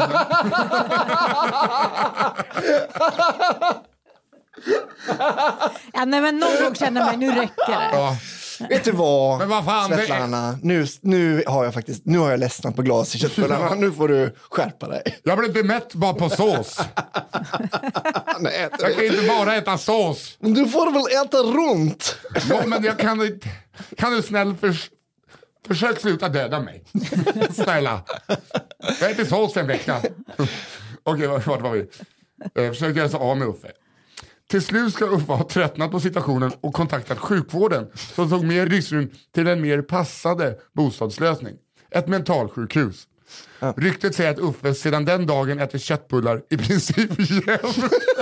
Ja, nej, men någon gång känner mig, nu räcker det. Ja. Vet du vad, men vad fan, Svetlana, nu har jag ledsnat på glas i köttbullarna. Nu får du skärpa dig. Jag blir inte mätt bara på sås. Nej, jag kan inte bara äta sås. Men du får väl äta runt. Ja, men jag kan inte. Kan du snäll försök sluta döda mig. Snälla. Jag äter sås en vecka. Okej, vart var vi? Försökte göra sig av med Uffe. Till slut ska Uffe ha tröttnat på situationen och kontaktat sjukvården som tog med Ryssryn till en mer passade bostadslösning. Ett mentalsjukhus. Ja. Ryktet säger att Uffe sedan den dagen äter köttbullar i princip igen.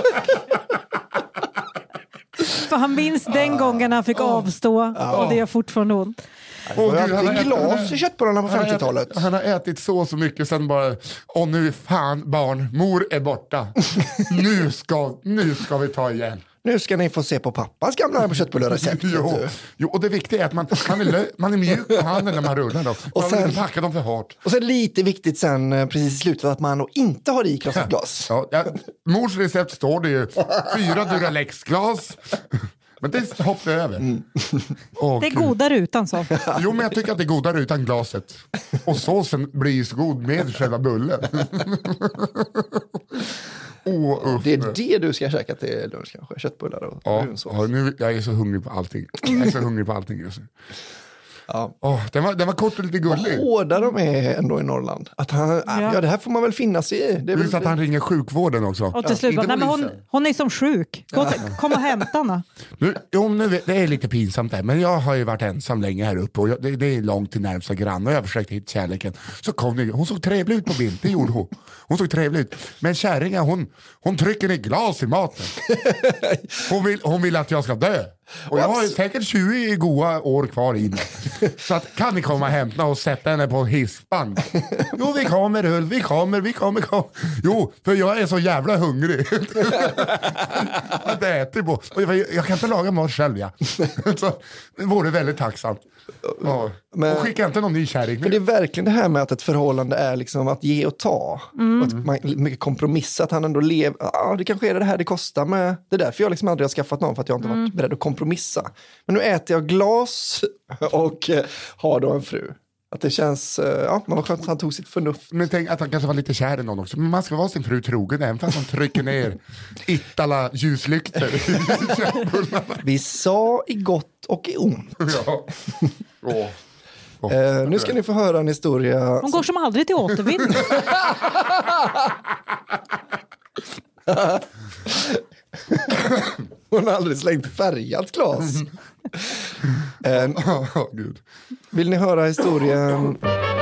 För han minns den gången han fick avstå och det är fortfarande ont. Han hade glas i köttbullarna på 50-talet. Han har ätit så mycket sen bara, nu är fan barn, mor är borta. nu ska vi ta igen. Nu ska ni få se på pappas gamla på köttbullarrecept. Jo, och det viktiga är att man är mjuk på handen när man rullar dem. Och sen packar dem för hårt. Och sen lite viktigt sen precis i slutet att man inte har i krossat glas. Mors recept står det ju 4 Duralex-glas. Men det hoppar över. Det är godare utan så. Jo, men jag tycker att det är godare utan glaset. Och såsen blir ju så god med själva bullen. Det är det du ska käka till lunch kanske, köttbullar och brunsås. Ja, jag är så hungrig på allting. Jag är så hungrig på allting just nu. Ja. Den var kort och lite gullig. Vad hårda de är ändå i Norrland. Att det här får man väl finna sig i. Det är så att han ringer sjukvården också. Och till slut, men hon är som sjuk. Kom och hämta henne. Det är lite pinsamt där. Men jag har ju varit ensam länge här uppe. Och det är långt till närmsta grann. Och jag försökte hitta kärleken. Så kom det. Hon såg trevlig ut på bild. Det gjorde hon. Hon såg trevlig ut. Men kärringen, hon trycker ner glas i maten. Hon vill att jag ska dö. Och jag har säkert 20 goda år kvar in. Så att, kan ni komma och hämta och sätta henne på hispan? Jo, vi kommer Ulf, vi kommer. Jo, för jag är så jävla hungrig. Jag äter på. Jag kan inte laga mat själv, Så det vore väldigt tacksamt. Men, och skicka inte någon ny kärring. Men det är verkligen det här med att ett förhållande är liksom att ge och ta. Och att man mycket kompromissa, att han ändå lever. Det kanske är det här det kostar med. Det är därför jag liksom aldrig har skaffat någon, för att jag inte varit beredd att kompromissa. Men nu äter jag glas och har då en fru. Att det känns, man var skönt att han tog sitt förnuft. Men tänk att han kanske var lite kär i någon också. Men man ska vara sin fru trogen, även fast han trycker ner Ittala ljuslyktor. Vi sa i gott och i ont. Nu ska ni få höra en historia. Hon går som aldrig till återvinning. Hon har aldrig slängt färgat glas. Gud. Vill ni höra historien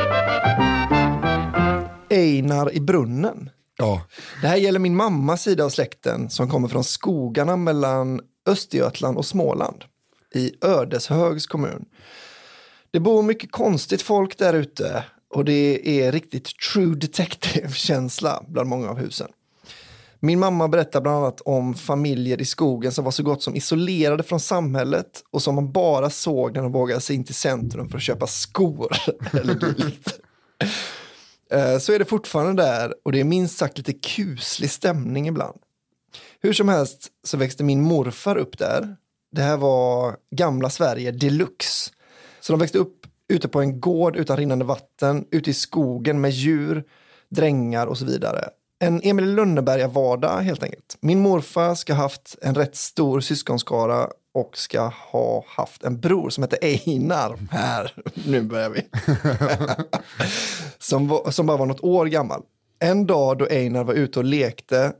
Einar i brunnen? Ja. Det här gäller min mammas sida av släkten som kommer från skogarna mellan Östergötland och Småland i Ödeshögs kommun. Det bor mycket konstigt folk där ute och det är riktigt true detective-känsla bland många av husen. Min mamma berättar bland annat om familjer i skogen som var så gott som isolerade från samhället och som man bara såg när de vågade sig in till centrum för att köpa skor eller dylikt. Så är det fortfarande där och det är minst sagt lite kuslig stämning ibland. Hur som helst så växte min morfar upp där. Det här var gamla Sverige deluxe. Så de växte upp ute på en gård utan rinnande vatten, ute i skogen med djur, drängar och så vidare. En Emil Lönneberga-vardag helt enkelt. Min morfar ska ha haft en rätt stor syskonskara och ska ha haft en bror som heter Einar. Här, nu börjar vi. som bara var något år gammal. En dag då Einar var ute och lekte...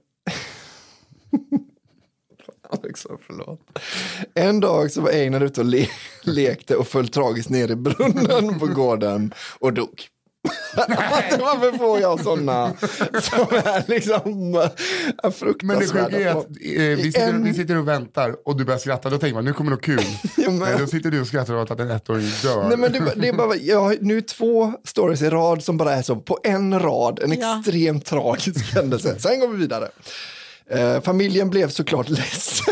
förlåt. En dag så var Einar ute och lekte och föll tragiskt ner i brunnen på gården och dog. Varför får jag sådana som är liksom fruktansvärda? Men det sjuka är att vi sitter och väntar och du börjar skratta, då tänker man nu kommer något kul. Då sitter du och skrattar åt att en ettåring dör. Nej, men det är bara, jag har nu 2 stories i rad som bara är så på en rad, en extremt tragisk händelse. Sen går vi vidare. Familjen blev såklart ledsen.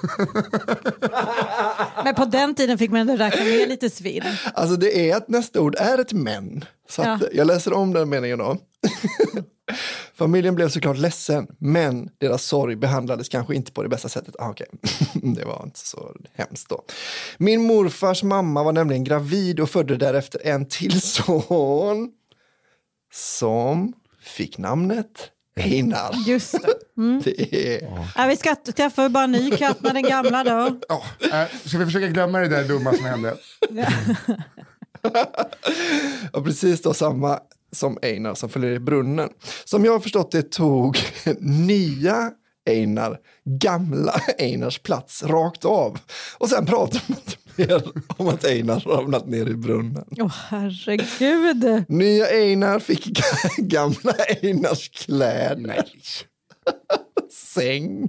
Men på den tiden fick man räkna med lite svinn. Alltså det är att nästa ord är ett men. Så att jag läser om den meningen då. Familjen blev såklart ledsen, men deras sorg behandlades kanske inte på det bästa sättet. Okej. Det var inte så hemskt då. Min morfars mamma var nämligen gravid och födde därefter en till son som fick namnet Einar. Just det. Det är... Ja, vi skaffar bara en ny katt med den gamla då. Ska vi försöka glömma det där dumma som hände? Och precis då samma som Einar som föll i brunnen. Som jag har förstått det tog nya Einar, gamla Einars plats rakt av. Och sen pratar man inte mer om att Einar ramlat ner i brunnen. Herregud. Nya Einar fick gamla Einars kläder. Nej. Säng.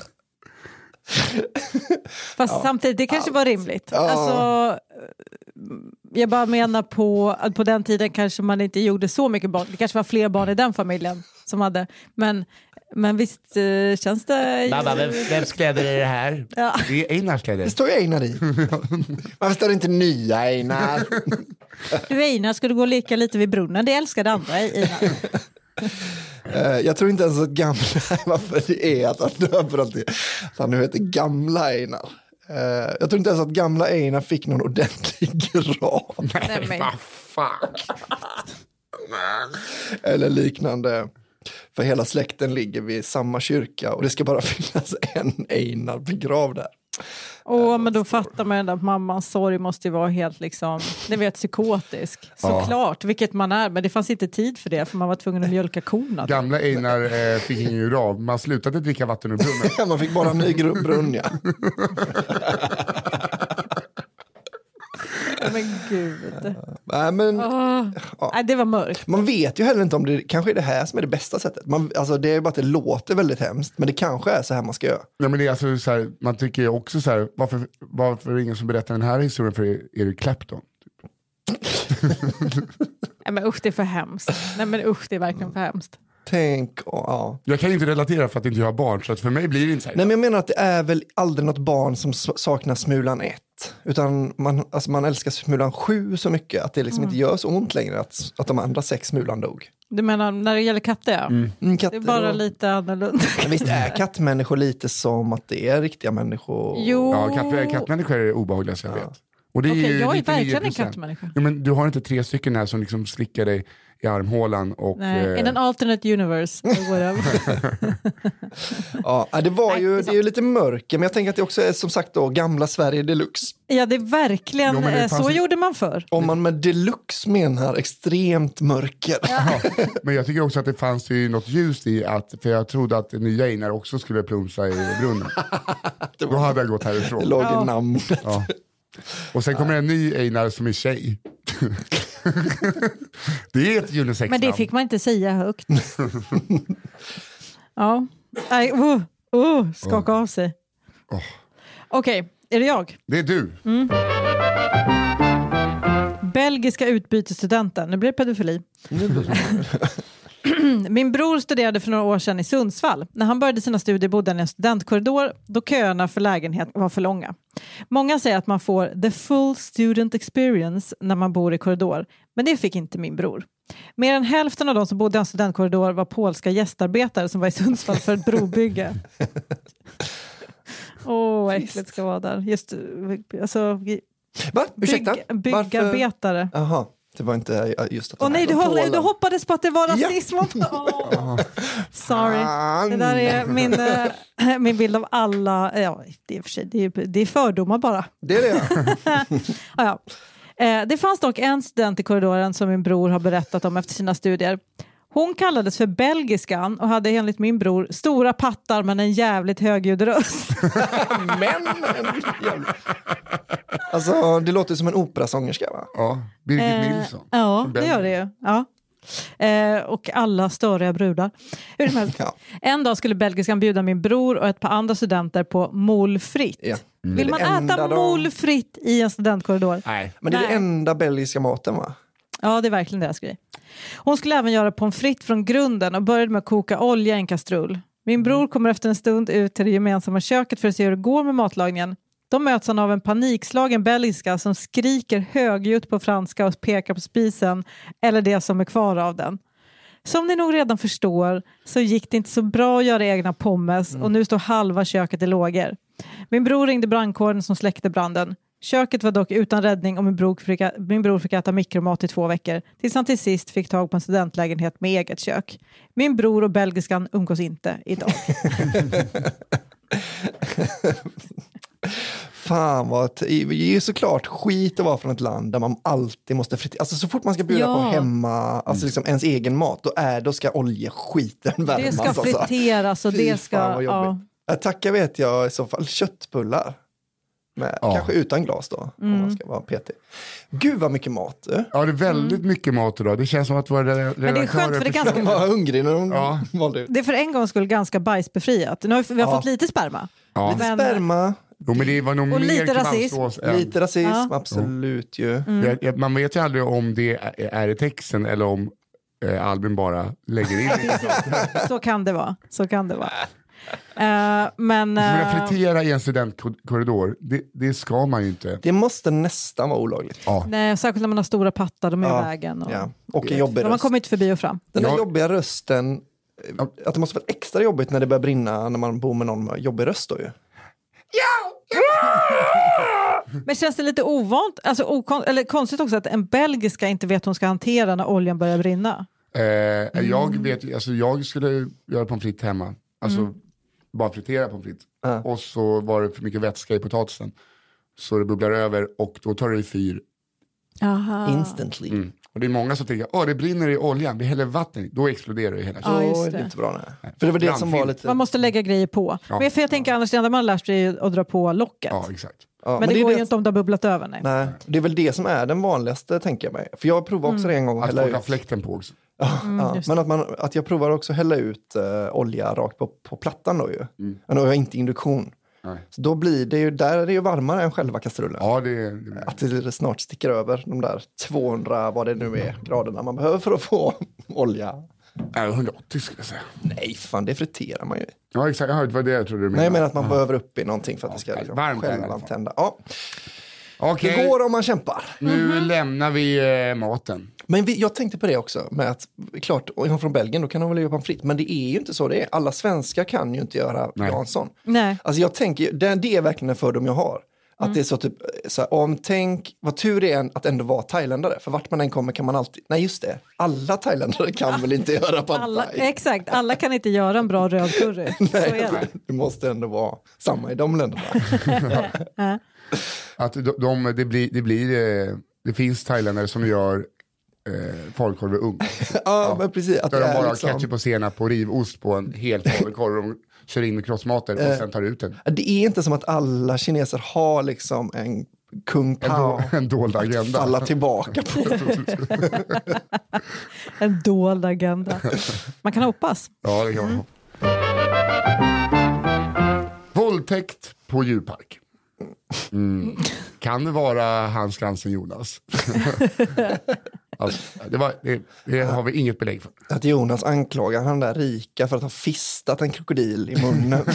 Fast samtidigt, det kanske var rimligt. Alltså, jag bara menar på den tiden kanske man inte gjorde så mycket barn. Det kanske var fler barn i den familjen som hade. Men visst känns det... Babba, vems kläder är det här? Ja. Det är Einars kläder. Det står ju Einar i. Varför står det inte nya Einar? Du Einar, ska du gå och leka lite vid brunnen? Det älskade andra Einar. Jag tror inte ens att gamla, varför det är att han döper att han nu heter gamla Einar. Jag tror inte ens att gamla Einar fick någon ordentlig grav. Nej, vad fan. Eller liknande. För hela släkten ligger vid samma kyrka och det ska bara finnas en Einar begravd där. Men då fattar man att mammans sorg måste ju vara helt liksom, det vet, psykotisk. Såklart, vilket man är, men det fanns inte tid för det för man var tvungen att mjölka korna. Gamla Einar fick ingen grav. Man slutade dricka vatten ur brunnen. Man fick bara en ny brunn, ja. Men gud. Nej, men, Nej, det var mörkt. Man vet ju heller inte om det kanske är det här som är det bästa sättet. Alltså det är bara att det låter väldigt hemskt, men det kanske är så här man ska göra. Ja, men det är alltså så här, man tycker också så här, varför är det ingen som berättar den här historien för Eric Clapton? Nej, men usch, det är för hemskt. Nej, men usch, det är verkligen för hemskt. Tänk, ja. Jag kan inte relatera för att inte jag har barn, så att för mig blir det inte så här. Nej, men jag menar att det är väl aldrig något barn som saknar smulan 1. Utan man älskar smulan 7 så mycket att det liksom inte gör så ont längre att de andra 6 smulan dog. Du menar när det gäller katter, ja? Katter, det är bara lite annorlunda. Men visst är kattmänniskor lite som att det är riktiga människor? Jo. Ja, kattmänniskor är obehagliga, så jag vet. Och det är Okej, ju jag är 99%. verkligen en kattmänniska. Jo, men du har inte 3 stycken här som liksom slickar dig i armhålan och... Nej, in an alternate universe. Ja, det är ju lite mörker, men jag tänker att det också är som sagt då gamla Sverige deluxe. Ja, det är verkligen, så gjorde man förr. Om man med deluxe menar extremt mörker. Ja. Men jag tycker också att det fanns ju något ljus i att, för jag trodde att nya Einar också skulle plumsa i brunnen. Då hade jag gått härifrån. Det låg i namnet. Ja. Och sen kommer en ny Einar som är tjej. Det är ett unisex. Men det fick man inte säga högt. Ja. Nej, skaka av sig. Okej, är det jag? Det är du. Belgiska utbytesstudenten. Nu blir det pedofili. Min bror studerade för några år sedan i Sundsvall. När han började sina studier bodde han i en studentkorridor då köerna för lägenhet var för långa. Många säger att man får the full student experience när man bor i korridor. Men det fick inte min bror. Mer än hälften av de som bodde i en studentkorridor var polska gästarbetare som var i Sundsvall för ett brobygge. Vad äckligt ska vara där. Just, alltså, Va? Ursäkta? Byggarbetare. Jaha. Det var inte just att nej, du hoppades på att det var rasism. Ja. Sorry. Det där är min bild av alla. Ja, det är för sig, det är fördomar bara. Det är det. Ja. Det fanns dock en student i korridoren som min bror har berättat om efter sina studier. Hon kallades för belgiskan och hade enligt min bror stora pattar men en jävligt högljudd röst. Alltså, det låter som en operasångerska, va? Ja, Birgit Nilsson. Ja, det gör det ju. Ja. Och alla störiga brudar. Hur som helst. Ja. En dag skulle belgiskan bjuda min bror och ett par andra studenter på molfritt. Ja. Vill man äta molfritt i en studentkorridor? Nej. Men det är det enda belgiska maten, va? Ja, det är verkligen deras grej. Hon skulle även göra pommes frites från grunden och började med att koka olja i en kastrull. Min bror kommer efter en stund ut till det gemensamma köket för att se hur det går med matlagningen. De möts han av en panikslagen belgiska som skriker högljutt på franska och pekar på spisen eller det som är kvar av den. Som ni nog redan förstår så gick det inte så bra att göra egna pommes och nu står halva köket i lågor. Min bror ringde brandkåren som släckte branden. Köket var dock utan räddning och min bror fick äta mikromat i 2 veckor tills han till sist fick tag på en studentlägenhet med eget kök. Min bror och belgiskan umgås inte idag. fan vad... Det är ju såklart skit att vara från ett land där man alltid måste fritera. Alltså så fort man ska bjuda på hemma, alltså liksom ens egen mat, då ska oljeskiten värmas. Det ska friteras och det ska... Ja. Tacka vet jag i så fall köttbullar. Kanske utan glas då, om man ska vara petig. Gud vad mycket mat. Ja, det är väldigt mycket mat idag. Det känns som att våra redaktörer... Men det är skönt för det är ganska... var hungrig när de valde ut. Det är för en gång skulle ganska bajsbefriat. Nu har vi har fått lite sperma. Ja. Lite sperma. Jo, men det var nog och mer lite rasism. Lite rasism, absolut ju. Man vet ju aldrig om det är i texten eller om Albin bara lägger in det. Så kan det vara. Men fritera i en studentkorridor, det ska man ju inte. Det måste nästan vara olagligt. Ja. Nej, särskilt när man har stora pattar, de är i vägen. Och en jobbig röst. Man kommer inte förbi och fram. Den där jobbiga rösten, att det måste vara extra jobbigt när det börjar brinna när man bor med någon med jobbig röst då ju. Men känns det lite ovant, alltså eller konstigt också att en belgiska inte vet hur hon ska hantera när oljan börjar brinna? Jag vet, alltså jag skulle göra pommes frites hemma. Alltså bara fritera pommes frites. Och så var det för mycket vätska i potatisen. Så det bubblar över och då tar det i fyr. Aha. Instantly. Och det är många som tänker, det brinner i oljan, vi häller vatten i, då exploderar det hela. Ja, just det är inte bra. Nej. För det var det som var lite... Man måste lägga grejer på. Ja. Men för jag tänker annars, det enda man lär sig är att dra på locket. Ja, exakt. Ja, men det går ju inte om det har bubblat över. Nej, det är väl det som är den vanligaste, tänker jag mig. För jag provade också det en gång att hälla hälla ut. Att ut. fläkten på också. Men att jag provar också hälla ut olja rakt på plattan då ju. Men då har jag inte induktion. Nej. Så då blir det ju, där är det ju varmare än själva kastrullen. Ja, att det snart sticker över de där 200, vad det nu är, graderna man behöver för att få olja. 180 skulle jag säga. Nej, fan, det friterar man ju. Ja, exakt. Jag hörde vad det trodde du menade. Nej, men att man behöver upp i någonting för att det ska liksom varmt tända. Ja. Okay. Det går om man kämpar. Nu lämnar vi maten. Men jag tänkte på det också, med att, klart, och jag från Belgien, då kan de väl göra pommes frites, men det är ju inte så det är. Alla svenskar kan ju inte göra Jansson. Nej. Alltså jag tänker, det är verkligen en fördom jag har. Att det är så typ, tänk, vad tur det är att ändå vara thailändare. För vart man än kommer kan man alltid, nej just det, alla thailändare kan väl inte göra pad thai. Exakt, alla kan inte göra en bra röd curry. Nej, det måste ändå vara samma i de länderna. Att det finns thailändare som gör falukorv med ugn. Men precis. Att där de bara liksom... ketchup och senap på rivost på en helt falukorv och kör in med krossmater och sen tar ut den. Det är inte som att alla kineser har liksom en kung pao. En dold agenda. Falla tillbaka på. En dold agenda. Man kan hoppas. Ja, det kan man. Våldtäkt på djurpark. Kan det vara Hans Glansen Jonas? Alltså, det har vi inget belägg för. Att Jonas anklagar han där rika för att ha fistat en krokodil i munnen.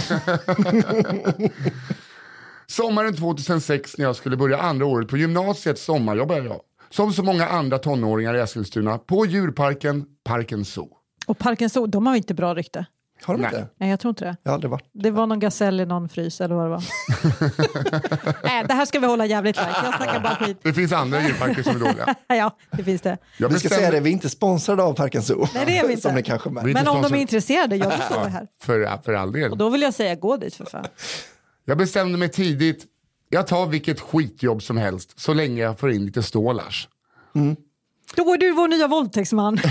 Sommaren 2006 när jag skulle börja andra året på gymnasiet sommarjobbade jag. Som så många andra tonåringar i Eskilstuna på djurparken Parken Zoo. Och Parken Zoo, de har inte bra rykte. Har de inte? Nej, jag tror inte det. Jag har aldrig varit. Det var någon gasell i någon frys eller vad det var. Nej, det här ska vi hålla jävligt light. Jag snackar bara skit. Det finns andra djurparker som är dåliga. Ja, det finns det. Vi ska säga det, vi är inte sponsrade av Parken Zoo. Nej, det är vi inte. Som ni kanske märker. Men om de är intresserade, jag förstår det här. För all del. Och då vill jag säga, gå dit för fan. Jag bestämde mig tidigt. Jag tar vilket skitjobb som helst så länge jag får in lite stålars. Då är du vår nya våldtäktsman.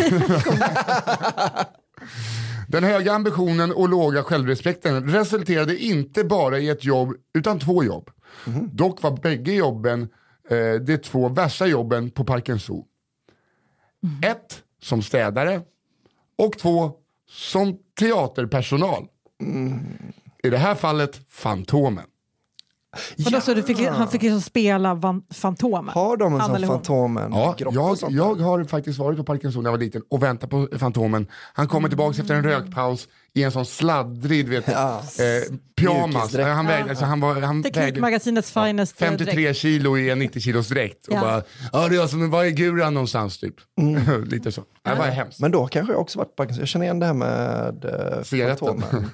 Den höga ambitionen och låga självrespekten resulterade inte bara i ett jobb utan 2 jobb. Dock var bägge jobben de 2 värsta jobben på Parken Zoo. 1 som städare och 2 som teaterpersonal. I det här fallet Fantomen. Ja. Så han fick liksom spela Fantomen. Har de en sån Fantomen? Ja, jag har faktiskt varit på Parken Zoo när jag var liten och väntat på Fantomen. Han kommer tillbaka efter en rökpaus i en sån sladdrig pyjamas. Han Teknikmagasinets finest 53 kilo i en 90 kilos dräkt. Och bara, det är som var i Guran någonstans typ. Lite så. Det var hemskt. Men då kanske jag också varit på Parken Zoo. Jag känner igen det här med Fantomen.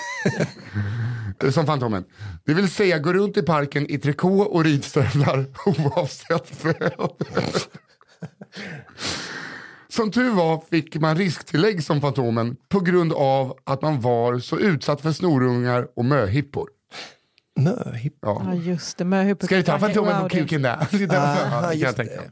Som Fantomen. Det vill säga gå runt i parken i trikå och ridstövlar oavsett väder. Som tur var fick man risktillägg som Fantomen på grund av att man var så utsatt för snorungar och möhippor. Möhipp. Ja, just det. Möhipp. Ska du ta Fantomen på kuken där? Just det.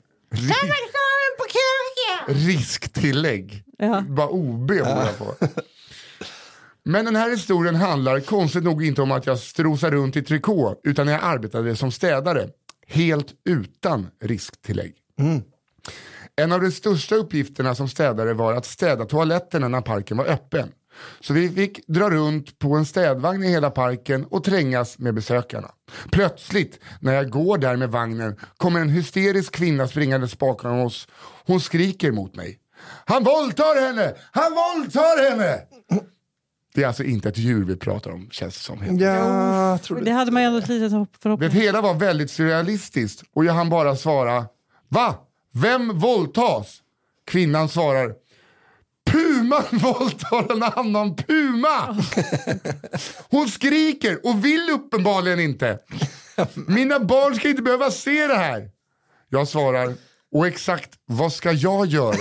Risktillägg. Ja. Bara OB borde på. Men den här historien handlar konstigt nog inte om att jag strosar runt i trikå, utan jag arbetade som städare. Helt utan risktillägg. En av de största uppgifterna som städare var att städa toaletterna när parken var öppen. Så vi fick dra runt på en städvagn i hela parken och trängas med besökarna. Plötsligt, när jag går där med vagnen, kommer en hysterisk kvinna springandes bakom oss. Hon skriker mot mig. Han våldtar henne! Han våldtar henne! Det är alltså inte ett djur vi pratar om, känns det som. Ja, det hade man ju ändå ett litet hopp för. Det hela var väldigt surrealistiskt och jag hann bara svara: va? Vem våldtas? Kvinnan svarar: Puman våldtar en annan puma. Hon skriker och vill uppenbarligen inte. Mina barn ska inte behöva se det här. Jag svarar: och exakt, vad ska jag göra?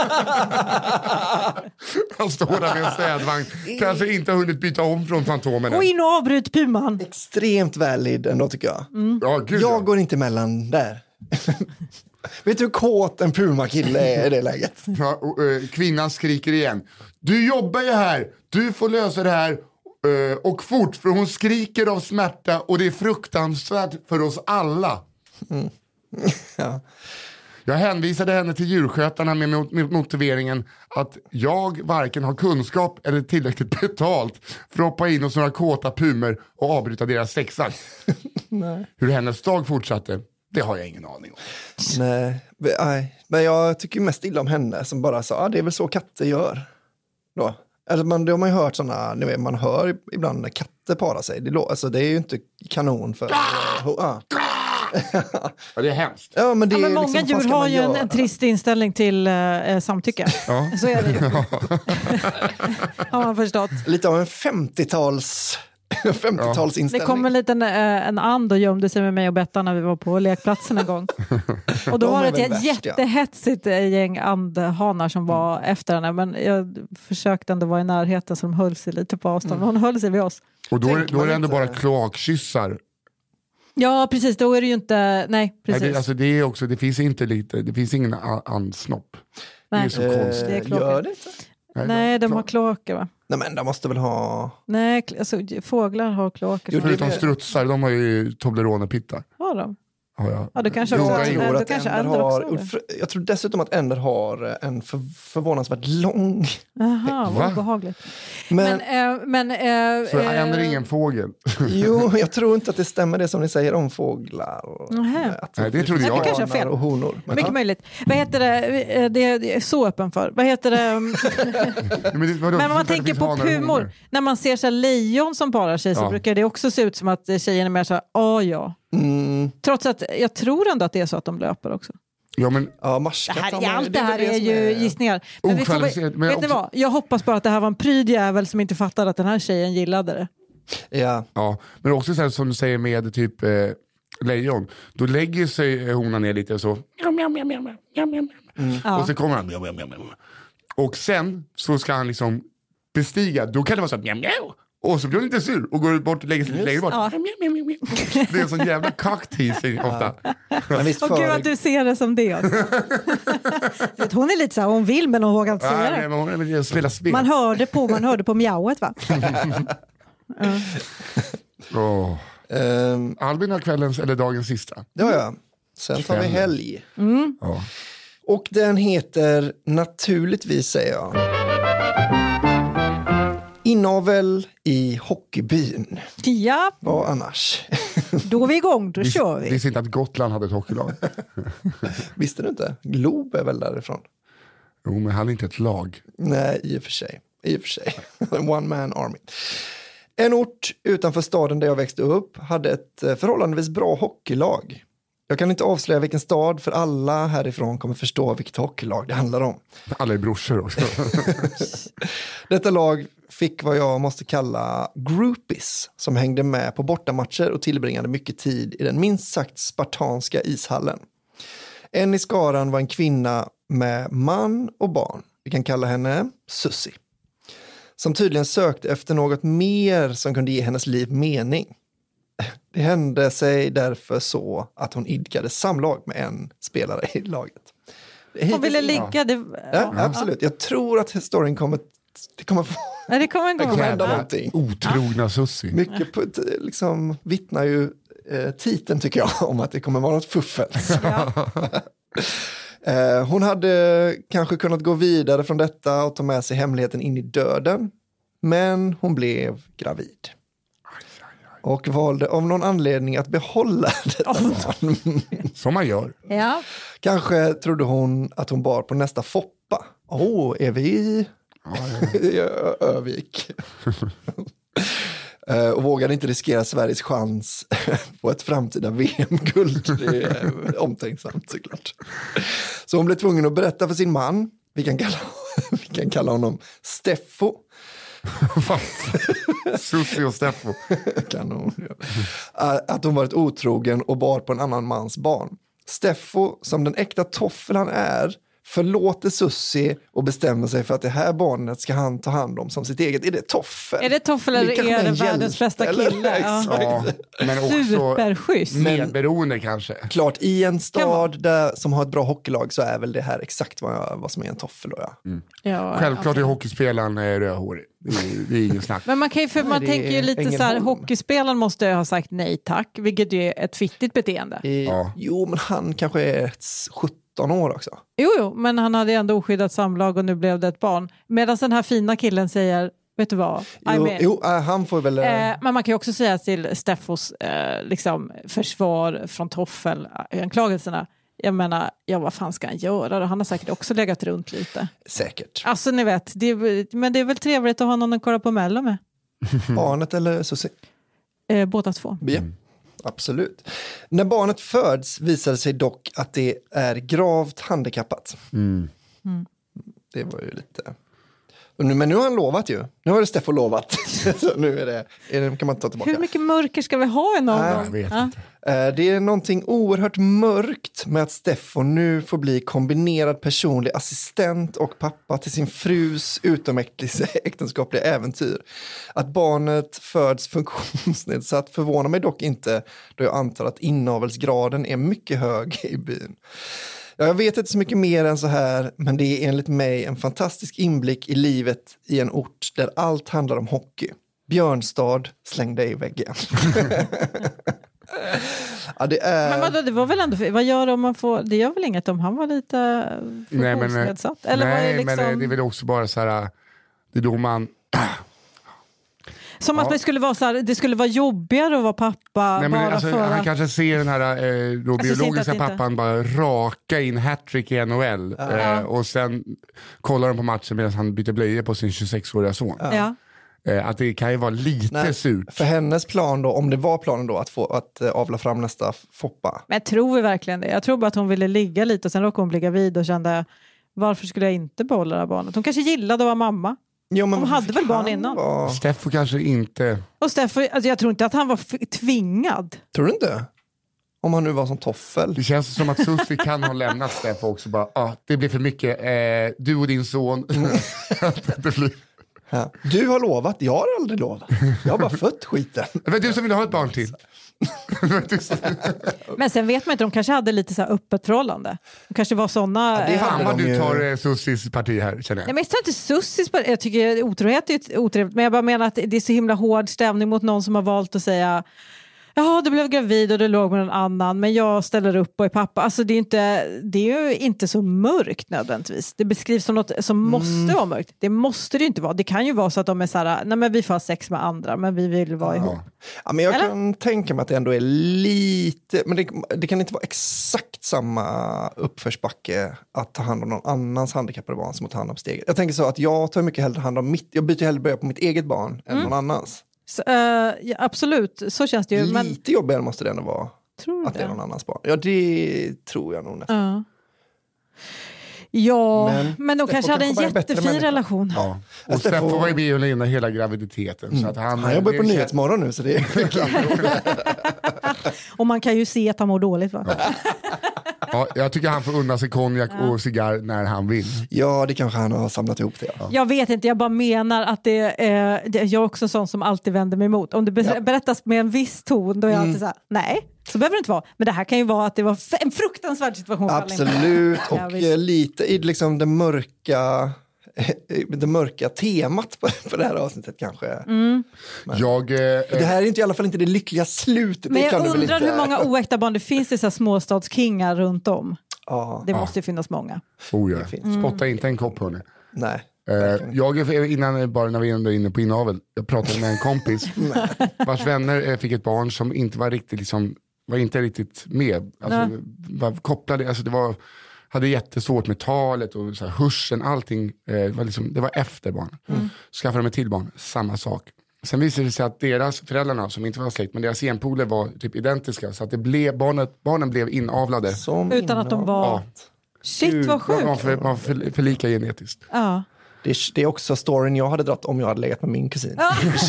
Han står där med en städvagn. Kanske inte har hunnit byta om från Fantomen. Gå in och avbryt puman. Extremt valid ändå tycker jag. Ja, gud, jag går inte mellan där. Vet du hur kåt en Puma-kille är i det läget? Ja, och, kvinnan skriker igen. Du jobbar ju här. Du får lösa det här. Och fort, för hon skriker av smärta. Och det är fruktansvärt för oss alla. Ja. Jag hänvisade henne till djurskötarna med motiveringen att jag varken har kunskap eller tillräckligt betalt för att hoppa in hos några kåta pumer och avbryta deras sexakt. Hur hennes dag fortsatte, det har jag ingen aning om. Nej, men jag tycker mest illa om henne som bara sa, det är väl så katter gör. Då. Alltså det har man ju hört sådana, ni vet, man hör ibland när katter parar sig. Det är ju inte kanon för... Ja, det är hemskt. Ja, men men många liksom, djur har ju en trist inställning till samtycke. Ja. Så är det ju. Har man förstått. Lite av en 50-talsinställning. Det kom en liten en and och gömde sig med mig och Bettan när vi var på lekplatsen en gång. Och då var det ett jättehetsigt gäng andhanar som var efter henne. Men jag försökte ändå vara i närheten så de höll sig lite på avstånd. Hon höll sig vid oss. Och då är det ändå bara kloakkyssar. Ja, precis. Då är det ju inte... Nej, precis. Nej, det är också, det finns inte lite... Det finns ingen ansnopp. Nej. Det är så konstigt. Det är Gör det inte? Nej, de har kloaker, va? Nej, men de måste väl ha... Nej, alltså, fåglar har kloaker. Förutom strutsar, de har ju Toblerone-pittar. Har de? Ja, det kanske Jag också tror att änder har... Jag tror dessutom att änder har en förvånansvärt lång... Jaha, vad obehagligt. Men så änder ingen fågel. Jo, jag tror inte att det stämmer det som ni säger om fåglar. Nej, det trodde jag. Det kanske är fel. Och honor. Mycket möjligt. Vad heter det? Det är så öppen för. Vad heter det? Men om man tänker på pumor. När man ser så lejon som parar sig så brukar det också se ut som att tjejen är mer så här, ja. Trots att jag tror ändå att det är så att de löper också. Ja, men... Allt det här är ju gissningar. Men vet ni vad? Jag hoppas bara att det här var en pryd jävel som inte fattade att den här tjejen gillade det. Ja, men också så här, som du säger med typ lejon. Då lägger sig honan ner lite och så. Och så kommer han. Och sen så ska han liksom bestiga. Då kan det vara så här. Och så blir han inte sur och går bort och lägger sig längre bort. Ja. Det är en sån jävla cockteasing ofta. Och gud att du ser det som det. Hon är lite så här, hon vill men hon vågar inte säga det. Men hon vill spela spel. Man hörde på mjauet, va? Albin har kvällens eller dagens sista. Det har jag. Sen tar vi helg. Och den heter naturligtvis, säger jag, Inavel i hockeybyn. Ja. Vad annars? Då är vi igång, då kör vi. Det är inte att Gotland hade ett hockeylag. Visste du inte? Glob är väl därifrån? Jo, men han är inte ett lag. Nej, i och för sig. One man army. En ort utanför staden där jag växte upp hade ett förhållandevis bra hockeylag. Jag kan inte avslöja vilken stad, för alla härifrån kommer förstå vilket hockeylag det handlar om. Alla är brorsor också. Detta lag fick vad jag måste kalla groupies, som hängde med på bortamatcher och tillbringade mycket tid i den minst sagt spartanska ishallen. En i skaran var en kvinna med man och barn. Vi kan kalla henne Susie. Som tydligen sökte efter något mer som kunde ge hennes liv mening. Det hände sig därför så att hon idkade samlag med en spelare i laget. Hon ville ligga. Ja, absolut. Jag tror att storyn kommer få... Ja, det kommer hända någonting. Otrogna Sussi. Mycket liksom vittnar ju titeln tycker jag om att det kommer vara något fuffens. Ja. Hon hade kanske kunnat gå vidare från detta och ta med sig hemligheten in i döden. Men hon blev gravid. Och valde av någon anledning att behålla detta barn. Som man gör. Ja. Kanske trodde hon att hon bar på nästa foppa. Är vi i Övik? Och vågade inte riskera Sveriges chans på ett framtida VM-guld. Det är omtänksamt såklart. Så hon blev tvungen att berätta för sin man, vi kan kalla honom Steffo. Sussi och Steffo. Kanon, ja. Att hon varit otrogen och bar på en annan mans barn. Steffo, som den äkta toffel han är, förlåter Sussi och bestämmer sig för att det här barnet ska han ta hand om som sitt eget. Är det toffel? Är det toffel eller är det världens bästa kille? Ja, men också superschysst. medberoende kanske. Klart, i en stad som har ett bra hockeylag så är väl det här exakt vad som är en toffel då, ja. Ja, självklart är hockeyspelaren rödhårig. Det är ingen snack. Men man tänker ju lite så här, hockeyspelaren måste ha sagt nej tack, vilket är ett fittigt beteende. Jo, men han kanske är 17 år också. Jo, men han hade ändå oskyddat samlag och nu blev det ett barn. Medan den här fina killen säger, vet du vad? Han får väl... men man kan ju också säga till Steffos liksom, försvar från toffelanklagelserna. Jag menar, vad fan ska han göra? Han har säkert också legat runt lite. Säkert. Alltså ni vet, men det är väl trevligt att ha någon att kolla på Mello med. Barnet eller Sussi? Båda två. Ja. Absolut. När barnet föds visar det sig dock att det är gravt handikappat. Det var ju lite... Men nu har han lovat ju. Nu har det Steffo lovat. Så nu är det kan man ta tillbaka. Hur mycket mörker ska vi ha i någon gång? Jag vet inte. Det är någonting oerhört mörkt med att Steffo nu får bli kombinerad personlig assistent och pappa till sin frus utomäktenskapliga äventyr. Att barnet föds funktionsnedsatt förvånar mig dock inte, då jag antar att inavelsgraden är mycket hög i byn. Jag vet inte så mycket mer än så här, men det är enligt mig en fantastisk inblick i livet i en ort där allt handlar om hockey. Björnstad, släng dig i väggen. Ja, det är... Men vadå, det var väl ändå, vad gör om man får, det gör väl inget om han var lite funktionsnedsatt? Eller nej, var det liksom... men det är väl också bara så här, det är då man... Som att det skulle vara så här, det skulle vara jobbigare att vara pappa. Nej, men bara alltså, han kanske ser den här biologiska pappan bara raka in hattrick i NHL. Och sen kollar de på matchen medan han byter blöjor på sin 26-åriga son. Ja. Att det kan ju vara lite surt. För hennes plan då, om det var planen då att avla fram nästa foppa. Men jag tror verkligen det. Jag tror bara att hon ville ligga lite och sen råkade hon bli gravid och kände, varför skulle jag inte behålla det här barnet? Hon kanske gillade att vara mamma. Jo, men de hade väl barn innan. Steffo kanske inte. Och Steffo, alltså jag tror inte att han var tvingad. Tror du inte? Om han nu var som toffel. Det känns som att Sussi kan ha lämnat Steffo också. Bara, det blir för mycket. Du och din son. Det blir... Ja. Du har lovat, jag har aldrig lovat. Jag har bara fött skiten. Det var du som ville ha ett barn till. Men sen vet man inte, de kanske hade lite så här öppet förhållande. De kanske var såna... det är fan vad du tar Sussis parti här, känner jag. Nej, men jag tar inte Sussis parti. Jag tycker otrohet är otrevligt. Men jag bara menar att det är så himla hård stämning mot någon som har valt att säga, jaha, du blev gravid och du låg med någon annan, men jag ställer upp och är pappa. Alltså det är ju inte så mörkt nödvändigtvis. Det beskrivs som något som måste vara mörkt. Det måste det inte vara. Det kan ju vara så att de är så här, nej men vi får ha sex med andra, men vi vill vara ihop. Ja, men jag kan tänka mig att det ändå är lite, men det kan inte vara exakt samma uppförsbacke att ta hand om någon annans handikappade barn som att ta hand om sitt eget. Jag tänker så att jag tar mycket hellre hand om jag byter hellre börja på mitt eget barn än någon annans. Så, ja, absolut, så känns det ju. Lite jobbigare måste det ändå vara. Tror att det är någon annans barn. Ja, det tror jag nog nästan. Ja, men de kanske hade en jättefin relation. Ja. Och Steffo var ju med och lämnade hela graviditeten. Så att han jobbar på Nyhetsmorgon nu, så det är Och man kan ju se att han mår dåligt, va? Ja, jag tycker han får unna sig konjak och cigarr när han vill. Ja, det kanske han har samlat ihop det. Ja. Jag vet inte, jag bara menar att jag är också sån som alltid vänder mig emot. Om det berättas med en viss ton, då är jag alltid så här, nej, så behöver det inte vara. Men det här kan ju vara att det var en fruktansvärd situation. Absolut, och lite i liksom det mörka temat på det här avsnittet kanske. Mm. Det här är inte, i alla fall inte det lyckliga slutet. Men det kan jag undrar inte... hur många oäkta barn det finns i så här småstadskingar runt om. Det måste ju finnas många. Spotta inte en kopp, hörni. Nej. Bara när vi är inne på inavel, jag pratade med en kompis vars vänner fick ett barn som inte var riktigt var inte riktigt med. Alltså, var kopplade, alltså hade jättesvårt med talet och så här, hörseln, allting det var efter barnet. Skaffade de ett till barn, samma sak. Sen visade det sig att deras föräldrarna, som inte var släkt, men deras genpoler var typ identiska, så att det blev barnen blev inavlade. Utan att de var... Shit, vad sjukt. Man var för lika genetiskt. Ja. Det är också storyn jag hade dratt om jag hade legat med min kusin.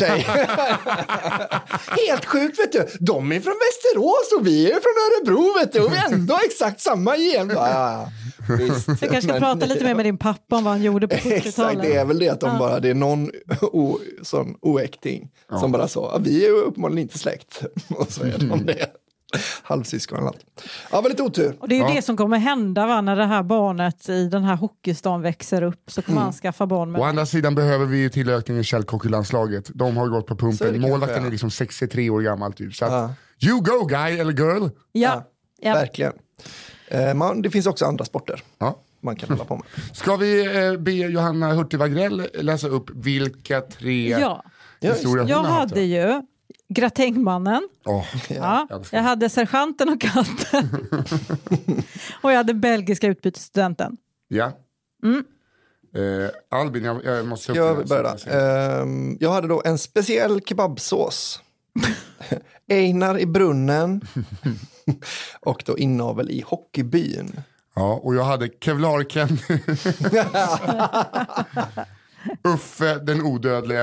Helt sjukt, vet du. De är från Västerås och vi är från Örebro, vet du. Och vi är ändå exakt samma gen. Visst. Jag kanske ska prata lite mer med din pappa om vad han gjorde på 70-talet. Exakt, det är väl det att det är någon sån oäkting som bara så, vi är uppenbarligen inte släkt. Och så är de det. Halvsyskon eller allt. Ja, var lite otur. Och det är ju det som kommer hända, va? När det här barnet i den här hockeystan växer upp, så kommer han skaffa barn med. Å andra sidan behöver vi ju tillökning i källkocklandslaget. De har gått på pumpen. Målvakten är liksom 63 år gammal typ. Så att, you go guy eller girl. Ja. Verkligen. Det finns också andra sporter man kan hålla på med. Ska vi be Johanna Hurtig Wagrell läsa upp vilka 3 historier hon jag har haft? hade ju Gratängmannen. Jag hade Sergeanten och katten. Och jag hade belgiska utbytesstudenten. Ja. Albin, jag måste börja. Jag hade då en speciell kebabsås. Einar i brunnen. Och då inavel i hockeybyn. Ja, och jag hade Kevlarken. Uffe den odödliga.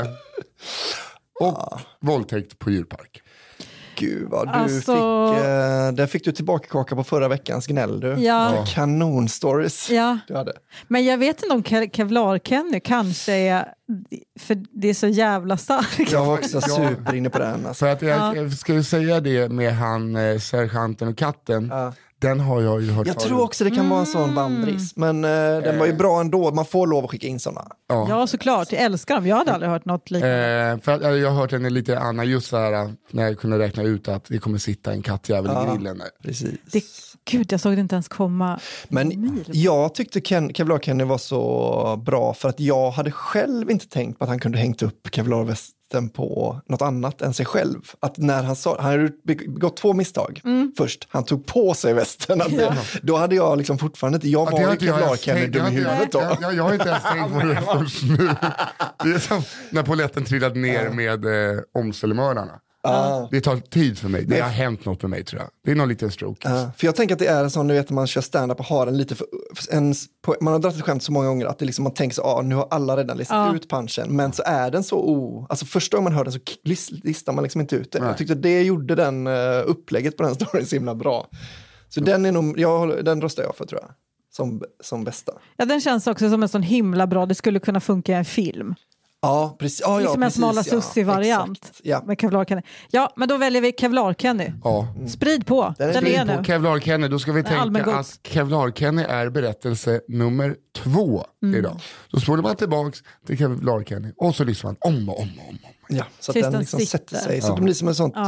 Och våldtäkt på djurpark. Gud vad du fick, där fick du tillbaka kaka på förra veckans gnäll du. Kanonstories du hade. Men jag vet inte om Kevlar-Kenny kanske är, för det är så jävla starkt. Jag var också superinne på den. Alltså. För att jag ska säga det med han sergeanten och katten. Den har jag ju hört. Jag tror också det kan vara en sån vandris. Men den var ju bra ändå. Man får lov att skicka in såna. Ja, såklart. Jag älskar dem. Jag hade aldrig hört något liknande. För att jag har hört henne lite Anna just så här, när jag kunde räkna ut att det kommer sitta en kattjävel i grillen. Precis. Gud, jag såg det inte ens komma. Men jag tyckte Kevlar-Kenny var så bra för att jag hade själv inte tänkt på att han kunde hängt upp Kevlarvästen på något annat än sig själv. Att när han hade begått 2 misstag. Först, han tog på sig västen. Då hade jag liksom fortfarande inte, jag var ju Kevlar-Kenny dum i huvudet då. Jag har inte ens tänkt på det först nu. Det är som när polletten trillade ner med omställmördarna. Det tar tid för mig. Det har hänt något med mig, tror jag. Det är någon liten stroke. För jag tänker att det är en sån, du vet, man kör stand-up och har en lite man har dragit ett skämt så många gånger att det liksom, man tänker så, nu har alla redan listat ut punchen, men så är den så alltså första gången man hör den så listar man liksom inte ut det. Jag tyckte det gjorde den upplägget på den storyn så himla bra. Så den är nog, den röstar jag för, tror jag. Som bästa. Ja, den känns också som en sån himla bra, det skulle kunna funka i en film. Ja, precis. Ja, liksom en smala sussi-variant med Kevlar-Kenny. Ja, men då väljer vi Kevlar-Kenny. Sprid på. Den är nu. Kevlar-Kenny, då ska vi tänka att Kevlar-Kenny är berättelse nummer 2 idag. Så spolar man tillbaks till Kevlar-Kenny och så lyssnar man om och om. Ja, så att den liksom sätter sig. Så det blir som ett sånt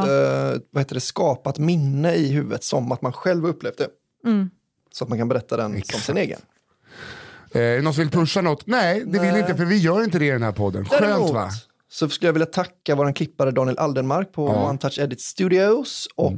skapat minne i huvudet, som att man själv upplevt det. Så att man kan berätta den som sin egen. Någon som vill pusha något? Nej, det vill inte, för vi gör inte det i den här podden. Skönt, va? Så skulle jag vilja tacka våran klippare Daniel Aldenmark på One Touch Edit Studios och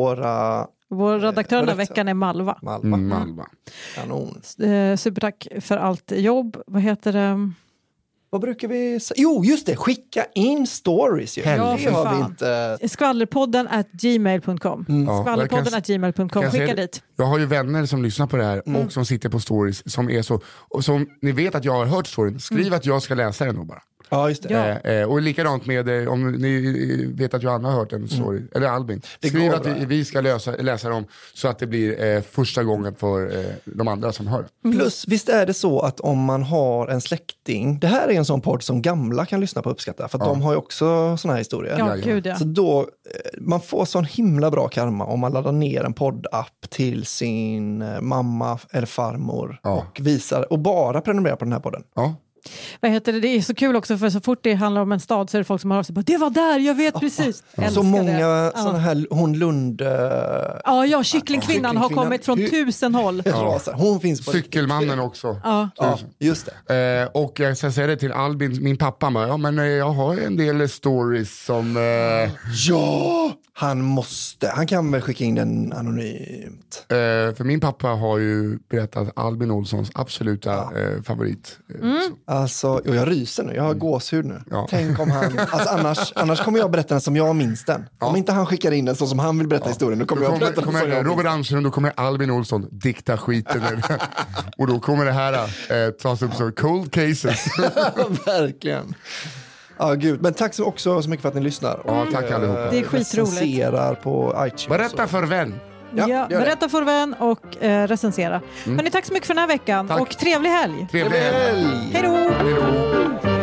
vår redaktör den här veckan är Malva. Malva. Kanon. Supertack för allt jobb. Vad heter det? Vad brukar vi säga? Jo, just det. Skicka in stories. Ja, för har vi inte... Skvallerpodden@gmail.com. Skvallerpodden@gmail.com. Skicka dit. Jag har ju vänner som lyssnar på det här och som sitter på stories som är så, och som ni vet att jag har hört storyn. Skriv att jag ska läsa den då bara. Ja, just det. Och likadant med, om ni vet att Johanna har hört en story, eller Albin, skriv att vi ska läsa dem så att det blir första gången för de andra som hör. Plus, visst är det så att om man har en släkting, det här är en sån podd som gamla kan lyssna på och uppskatta, för att de har ju också såna här historier. Ja, gud, ja. Så då, man får sån himla bra karma om man laddar ner en poddapp till sin mamma eller farmor och visar, och bara prenumererar på den här podden. Ja. Vad heter det? Det är så kul också, för så fort det handlar om en stad så är det folk som har av sig. Det var där, jag vet precis. Så många sådana här, hon Lund... kycklingkvinnan har kommit från 1000 håll. Ja. Hon finns på Cykelmannen också. Ja, just det. Och jag ska säga det till Albin, min pappa, men jag har en del stories som... Ja! Han kan väl skicka in den anonymt. För min pappa har ju berättat Albin Olssons absoluta favorit. Alltså, jag ryser nu, jag har gåshud nu. Ja. Tänk om han, alltså annars kommer jag berätta den som jag minns den. Om inte han skickar in den så som han vill berätta historien, då kommer jag berätta den som jag Robert Andersson, då kommer Albin Olsson dikta skiten. Och då kommer det här tas upp som cold cases. Verkligen. Ja, gud. Men tack också så mycket för att ni lyssnar. Ja, tack allihopa. Det är skitroligt. Recenserar på iTunes. Berätta för vän. Ja, berätta för vän och recensera. Hörrni, tack så mycket för den här veckan. Tack. Och trevlig helg. Trevlig helg. Hej då. Hej då.